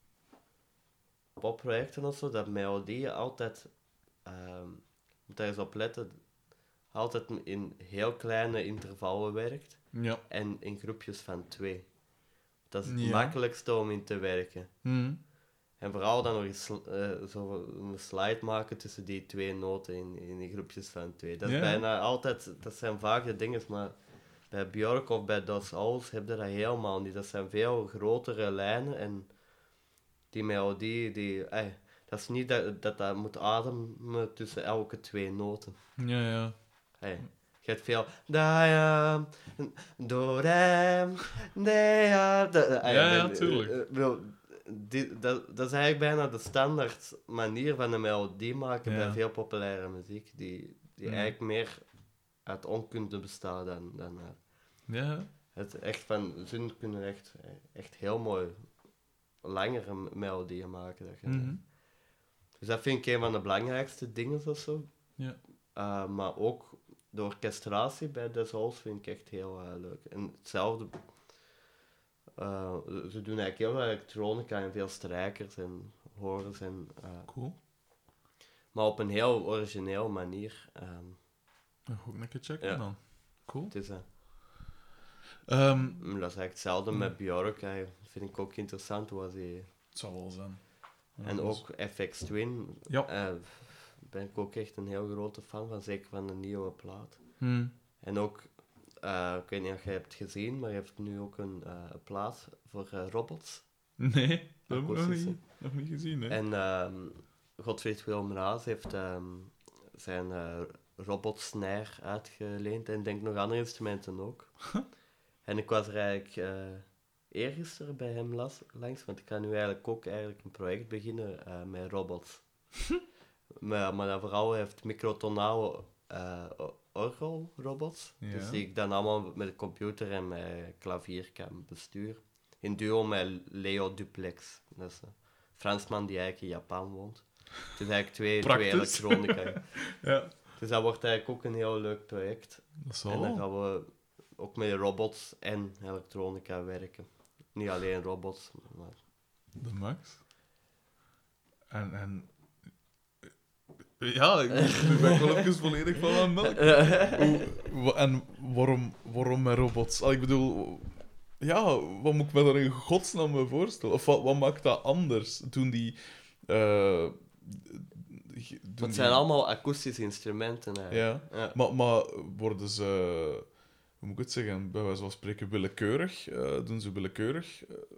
[SPEAKER 2] popprojecten of zo, dat melodieën altijd... Uh, moet daar eens op letten, altijd in heel kleine intervallen werkt
[SPEAKER 1] Ja.
[SPEAKER 2] en in groepjes van twee. Dat is het
[SPEAKER 1] Ja.
[SPEAKER 2] makkelijkste om in te werken.
[SPEAKER 1] Mhm.
[SPEAKER 2] En vooral dan nog eens uh, zo een slide maken tussen die twee noten in, in die groepjes van twee. Dat is
[SPEAKER 1] Ja.
[SPEAKER 2] bijna altijd, dat zijn vaak de dingen, maar bij Björk of bij Das Alls heb je dat helemaal niet. Dat zijn veel grotere lijnen en die melodie, die, ey, dat is niet dat, dat dat moet ademen tussen elke twee noten.
[SPEAKER 1] Ja, ja.
[SPEAKER 2] Ey, je hebt veel... Da, ja, do, rem, de, ja, da, ey,
[SPEAKER 1] Ja, ja,
[SPEAKER 2] en,
[SPEAKER 1] tuurlijk.
[SPEAKER 2] eh, eh, wel, die, dat, dat is eigenlijk bijna de standaard manier van een melodie maken
[SPEAKER 1] Ja.
[SPEAKER 2] bij veel populaire muziek, die, die
[SPEAKER 1] Mm.
[SPEAKER 2] eigenlijk meer uit onkunde bestaat dan, dan uit
[SPEAKER 1] Ja.
[SPEAKER 2] het echt van... Zin kunnen echt, echt heel mooi langere m- melodieën maken. Dat je,
[SPEAKER 1] Mhm.
[SPEAKER 2] Dus dat vind ik een van de belangrijkste dingen of zo.
[SPEAKER 1] Ja.
[SPEAKER 2] Uh, maar ook de orchestratie bij The Souls vind ik echt heel uh, leuk. En hetzelfde... Uh, ze doen eigenlijk heel veel elektronica en veel strijkers en horens en... Uh,
[SPEAKER 1] Cool.
[SPEAKER 2] maar op een heel origineel manier. Um,
[SPEAKER 1] Dan ga ik een keer checken
[SPEAKER 2] Ja.
[SPEAKER 1] dan. Cool.
[SPEAKER 2] het is, uh,
[SPEAKER 1] Ehm,
[SPEAKER 2] dat is eigenlijk hetzelfde met Björk. Uh, vind ik ook interessant. Was hij...
[SPEAKER 1] het zal wel zijn. Ja,
[SPEAKER 2] En
[SPEAKER 1] dus-
[SPEAKER 2] ook F X Twin.
[SPEAKER 1] Ja.
[SPEAKER 2] Uh, ben ik ook echt een heel grote fan van. Zeker van de nieuwe plaat.
[SPEAKER 1] Mhm.
[SPEAKER 2] En ook... Uh, ik weet niet of je hebt gezien, maar je hebt nu ook een uh, plaat voor uh, robots.
[SPEAKER 1] Nee, dat heb ik nog
[SPEAKER 2] Akoestische.
[SPEAKER 1] niet, nog niet gezien. Hè.
[SPEAKER 2] En um, Godfried Willem Raas heeft um, zijn uh, robotsnare uitgeleend en denk nog andere instrumenten ook. En ik was er eigenlijk uh, eergisteren bij hem las, langs, want ik kan nu eigenlijk ook eigenlijk een project beginnen uh, met robots. maar, maar dan vooral heeft microtonale uh, orgelrobots,
[SPEAKER 1] Ja.
[SPEAKER 2] dus die ik dan allemaal met de computer en mijn klavier kan besturen. In duo met Leo Duplex, dat is een Fransman die eigenlijk in Japan woont. Het is eigenlijk twee, twee
[SPEAKER 1] Praktisch.
[SPEAKER 2] elektronica.
[SPEAKER 1] Ja,
[SPEAKER 2] Dus dat wordt eigenlijk ook een heel leuk project.
[SPEAKER 1] dat zal
[SPEAKER 2] En dan
[SPEAKER 1] wel.
[SPEAKER 2] gaan we ook met robots en elektronica werken. Niet alleen robots, maar...
[SPEAKER 1] De max. En, en... Ja, ik nu ben ik wel even volledig van mijn melk. Hoe, wa- en waarom, waarom met robots? Al, ik bedoel, ja, wat moet ik me daar in godsnaam bij voorstellen? Of wat, wat maakt dat anders? Doen die... eh, ge- doen
[SPEAKER 2] Het
[SPEAKER 1] die-
[SPEAKER 2] zijn allemaal akoestische instrumenten eigenlijk.
[SPEAKER 1] Ja,
[SPEAKER 2] Ja.
[SPEAKER 1] maar, maar worden ze... Hoe moet ik het zeggen? Bij wijze van spreken willekeurig? eh, doen ze willekeurig eh,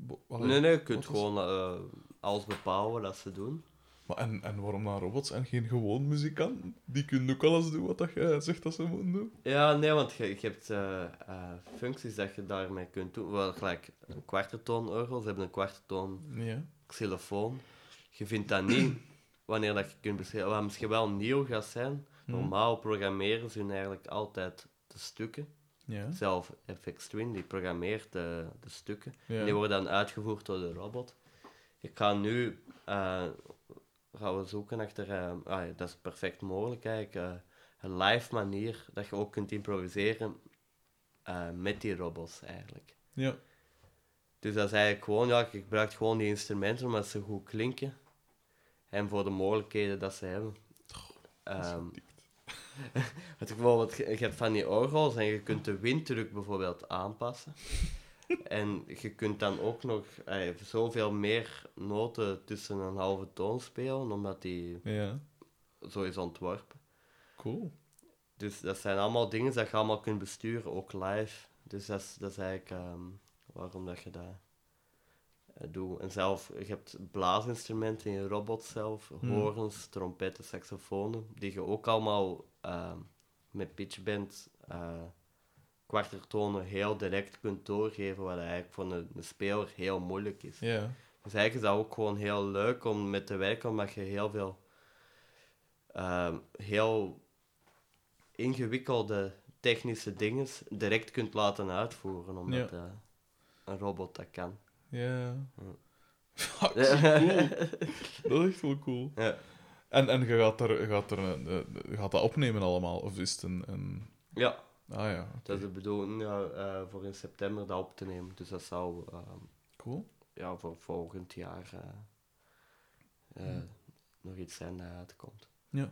[SPEAKER 1] Bo- allee,
[SPEAKER 2] Nee, nee, je kunt
[SPEAKER 1] wat is-
[SPEAKER 2] gewoon uh, alles bepalen wat ze doen.
[SPEAKER 1] Maar en, en waarom dan robots en geen gewoon muzikanten? Die kunnen ook alles doen wat dat jij zegt dat ze moeten doen.
[SPEAKER 2] Ja, nee, want je, je hebt uh, uh, functies dat je daarmee kunt doen. Wel, gelijk een kwartertoon-orgel, ze hebben een kwartertoon
[SPEAKER 1] Ja.
[SPEAKER 2] xylofoon. Je vindt dat niet wanneer dat je kunt beschrijven. Wat misschien wel nieuw gaat zijn.
[SPEAKER 1] Hmm.
[SPEAKER 2] Normaal programmeren ze hun eigenlijk altijd de stukken.
[SPEAKER 1] Ja.
[SPEAKER 2] Zelf F X Twin, die programmeert de, de stukken.
[SPEAKER 1] Ja.
[SPEAKER 2] En die worden dan uitgevoerd door de robot. Ik ga nu uh, gaan we zoeken achter... Uh, ah, dat is perfect mogelijk eigenlijk. Uh, een live manier dat je ook kunt improviseren uh, met die robots eigenlijk.
[SPEAKER 1] Ja.
[SPEAKER 2] Dus dat is eigenlijk gewoon... Ja, je gebruikt gewoon die instrumenten omdat ze goed klinken. En voor de mogelijkheden dat ze hebben. Um, Want bijvoorbeeld, je hebt van die orgels en je kunt de winddruk bijvoorbeeld aanpassen. En je kunt dan ook nog eh, zoveel meer noten tussen een halve toon spelen, omdat die
[SPEAKER 1] Ja.
[SPEAKER 2] zo is ontworpen.
[SPEAKER 1] Cool.
[SPEAKER 2] Dus dat zijn allemaal dingen dat je allemaal kunt besturen, ook live. Dus dat is, dat is eigenlijk um, waarom dat je dat uh, doet. En zelf, je hebt blaasinstrumenten in je robot zelf,
[SPEAKER 1] Hmm.
[SPEAKER 2] horens, trompetten, saxofonen, die je ook allemaal uh, met pitchbend uh, kwartertonen heel direct kunt doorgeven, wat eigenlijk voor een, een speler heel moeilijk is.
[SPEAKER 1] Ja.
[SPEAKER 2] Dus eigenlijk is dat ook gewoon heel leuk om met te werken, omdat je heel veel uh, heel ingewikkelde technische dingen direct kunt laten uitvoeren, omdat
[SPEAKER 1] Ja.
[SPEAKER 2] uh, een robot dat kan.
[SPEAKER 1] Ja.
[SPEAKER 2] Ja.
[SPEAKER 1] Fuck, zo cool. Dat is echt wel cool.
[SPEAKER 2] Ja.
[SPEAKER 1] En, en je gaat, er, je gaat, er, een- een- je gaat dat opnemen allemaal? Of is het een... een...
[SPEAKER 2] Ja,
[SPEAKER 1] Ah ja, oké.
[SPEAKER 2] dat is de bedoeling ja, uh, voor in september dat op te nemen. Dus dat zou uh,
[SPEAKER 1] Cool.
[SPEAKER 2] ja, voor volgend jaar uh, uh,
[SPEAKER 1] Hmm.
[SPEAKER 2] nog iets zijn dat uitkomt.
[SPEAKER 1] Ja.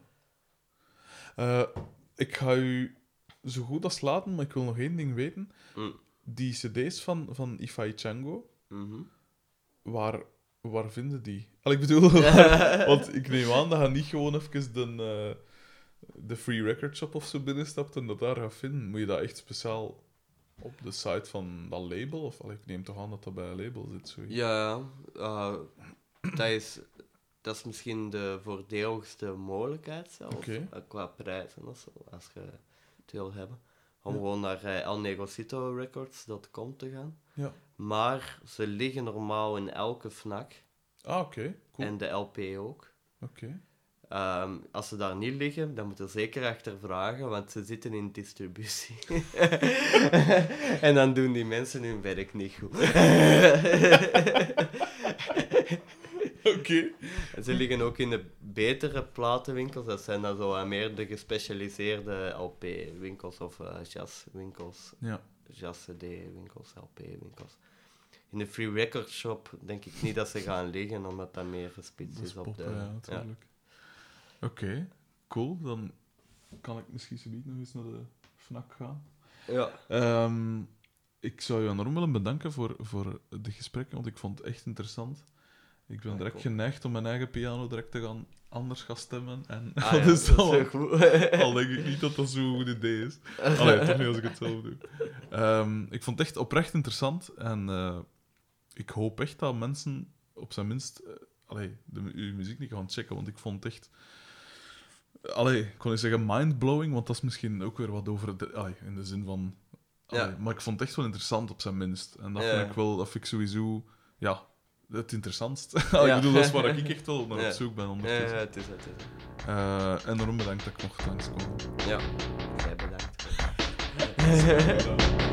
[SPEAKER 1] Eh, ik ga u zo goed als laten, maar ik wil nog één ding weten.
[SPEAKER 2] Mm.
[SPEAKER 1] Die cd's van, van Ifai Chango,
[SPEAKER 2] Mhm.
[SPEAKER 1] waar, waar vinden die? Al, ik bedoel, want ik neem aan dat je niet gewoon even de, eh, de Free Record Shop of zo binnenstapt en dat daar gaat vinden. Moet je dat echt speciaal op de site van dat label? Of al, ik neem toch aan dat dat bij een label zit, zoiets.
[SPEAKER 2] Ja, uh, dat, is, dat is misschien de voordeligste mogelijkheid zelf,
[SPEAKER 1] Oké.
[SPEAKER 2] uh, qua prijzen of zo, als je het wil hebben. Om
[SPEAKER 1] Ja.
[SPEAKER 2] gewoon naar uh, el negocito records dot com te gaan.
[SPEAKER 1] Ja.
[SPEAKER 2] Maar ze liggen normaal in elke Fnac
[SPEAKER 1] Ah, oké. Cool.
[SPEAKER 2] en de L P ook.
[SPEAKER 1] Oké.
[SPEAKER 2] Um, als ze daar niet liggen, dan moet je er zeker achter vragen, want ze zitten in distributie. En dan doen die mensen hun werk niet goed.
[SPEAKER 1] Oké.
[SPEAKER 2] En ze liggen ook in de betere platenwinkels. Dat zijn dan zo uh, meer de gespecialiseerde L P-winkels of uh, jazzwinkels.
[SPEAKER 1] Ja.
[SPEAKER 2] Jazz-C D-winkels, L P-winkels. In de Free Record Shop denk ik niet dat ze gaan liggen, omdat dat meer gespitst
[SPEAKER 1] Dat
[SPEAKER 2] is
[SPEAKER 1] is
[SPEAKER 2] op
[SPEAKER 1] poppen,
[SPEAKER 2] de...
[SPEAKER 1] ja, natuurlijk. Oké, cool. Dan kan ik misschien zometeen nog eens naar de Fnac gaan.
[SPEAKER 2] Ja.
[SPEAKER 1] Ehm, ik zou je enorm willen bedanken voor, voor de gesprekken, want ik vond het echt interessant. Ik ben
[SPEAKER 2] Ja,
[SPEAKER 1] direct
[SPEAKER 2] cool.
[SPEAKER 1] geneigd om mijn eigen piano direct te gaan anders gaan stemmen. En
[SPEAKER 2] Ah,
[SPEAKER 1] dat
[SPEAKER 2] ja,
[SPEAKER 1] is
[SPEAKER 2] dat
[SPEAKER 1] al,
[SPEAKER 2] is heel goed.
[SPEAKER 1] al denk ik niet dat dat zo'n goed idee is. Allee, toch niet als ik het zelf doe. Ehm, ik vond het echt oprecht interessant. En eh, ik hoop echt dat mensen op zijn minst eh, allee, de, uw muziek niet gaan checken. Want ik vond het echt... Allee, ik kon niet zeggen mindblowing, want dat is misschien ook weer wat over... De, allee, in de zin van... Allee,
[SPEAKER 2] Ja.
[SPEAKER 1] Maar ik vond het echt wel interessant op zijn minst. En dat
[SPEAKER 2] Ja.
[SPEAKER 1] vind ik wel... Dat vind ik sowieso... Ja, het interessantst. Allee,
[SPEAKER 2] Ja.
[SPEAKER 1] Ik bedoel, dat is waar ik echt wel naar
[SPEAKER 2] Ja.
[SPEAKER 1] op zoek ben
[SPEAKER 2] Ja, ja,
[SPEAKER 1] ondertussen.
[SPEAKER 2] het is het. het is.
[SPEAKER 1] Eh, en daarom bedankt dat ik mocht langskomen.
[SPEAKER 2] Ja, jij bedankt.
[SPEAKER 1] Bedankt.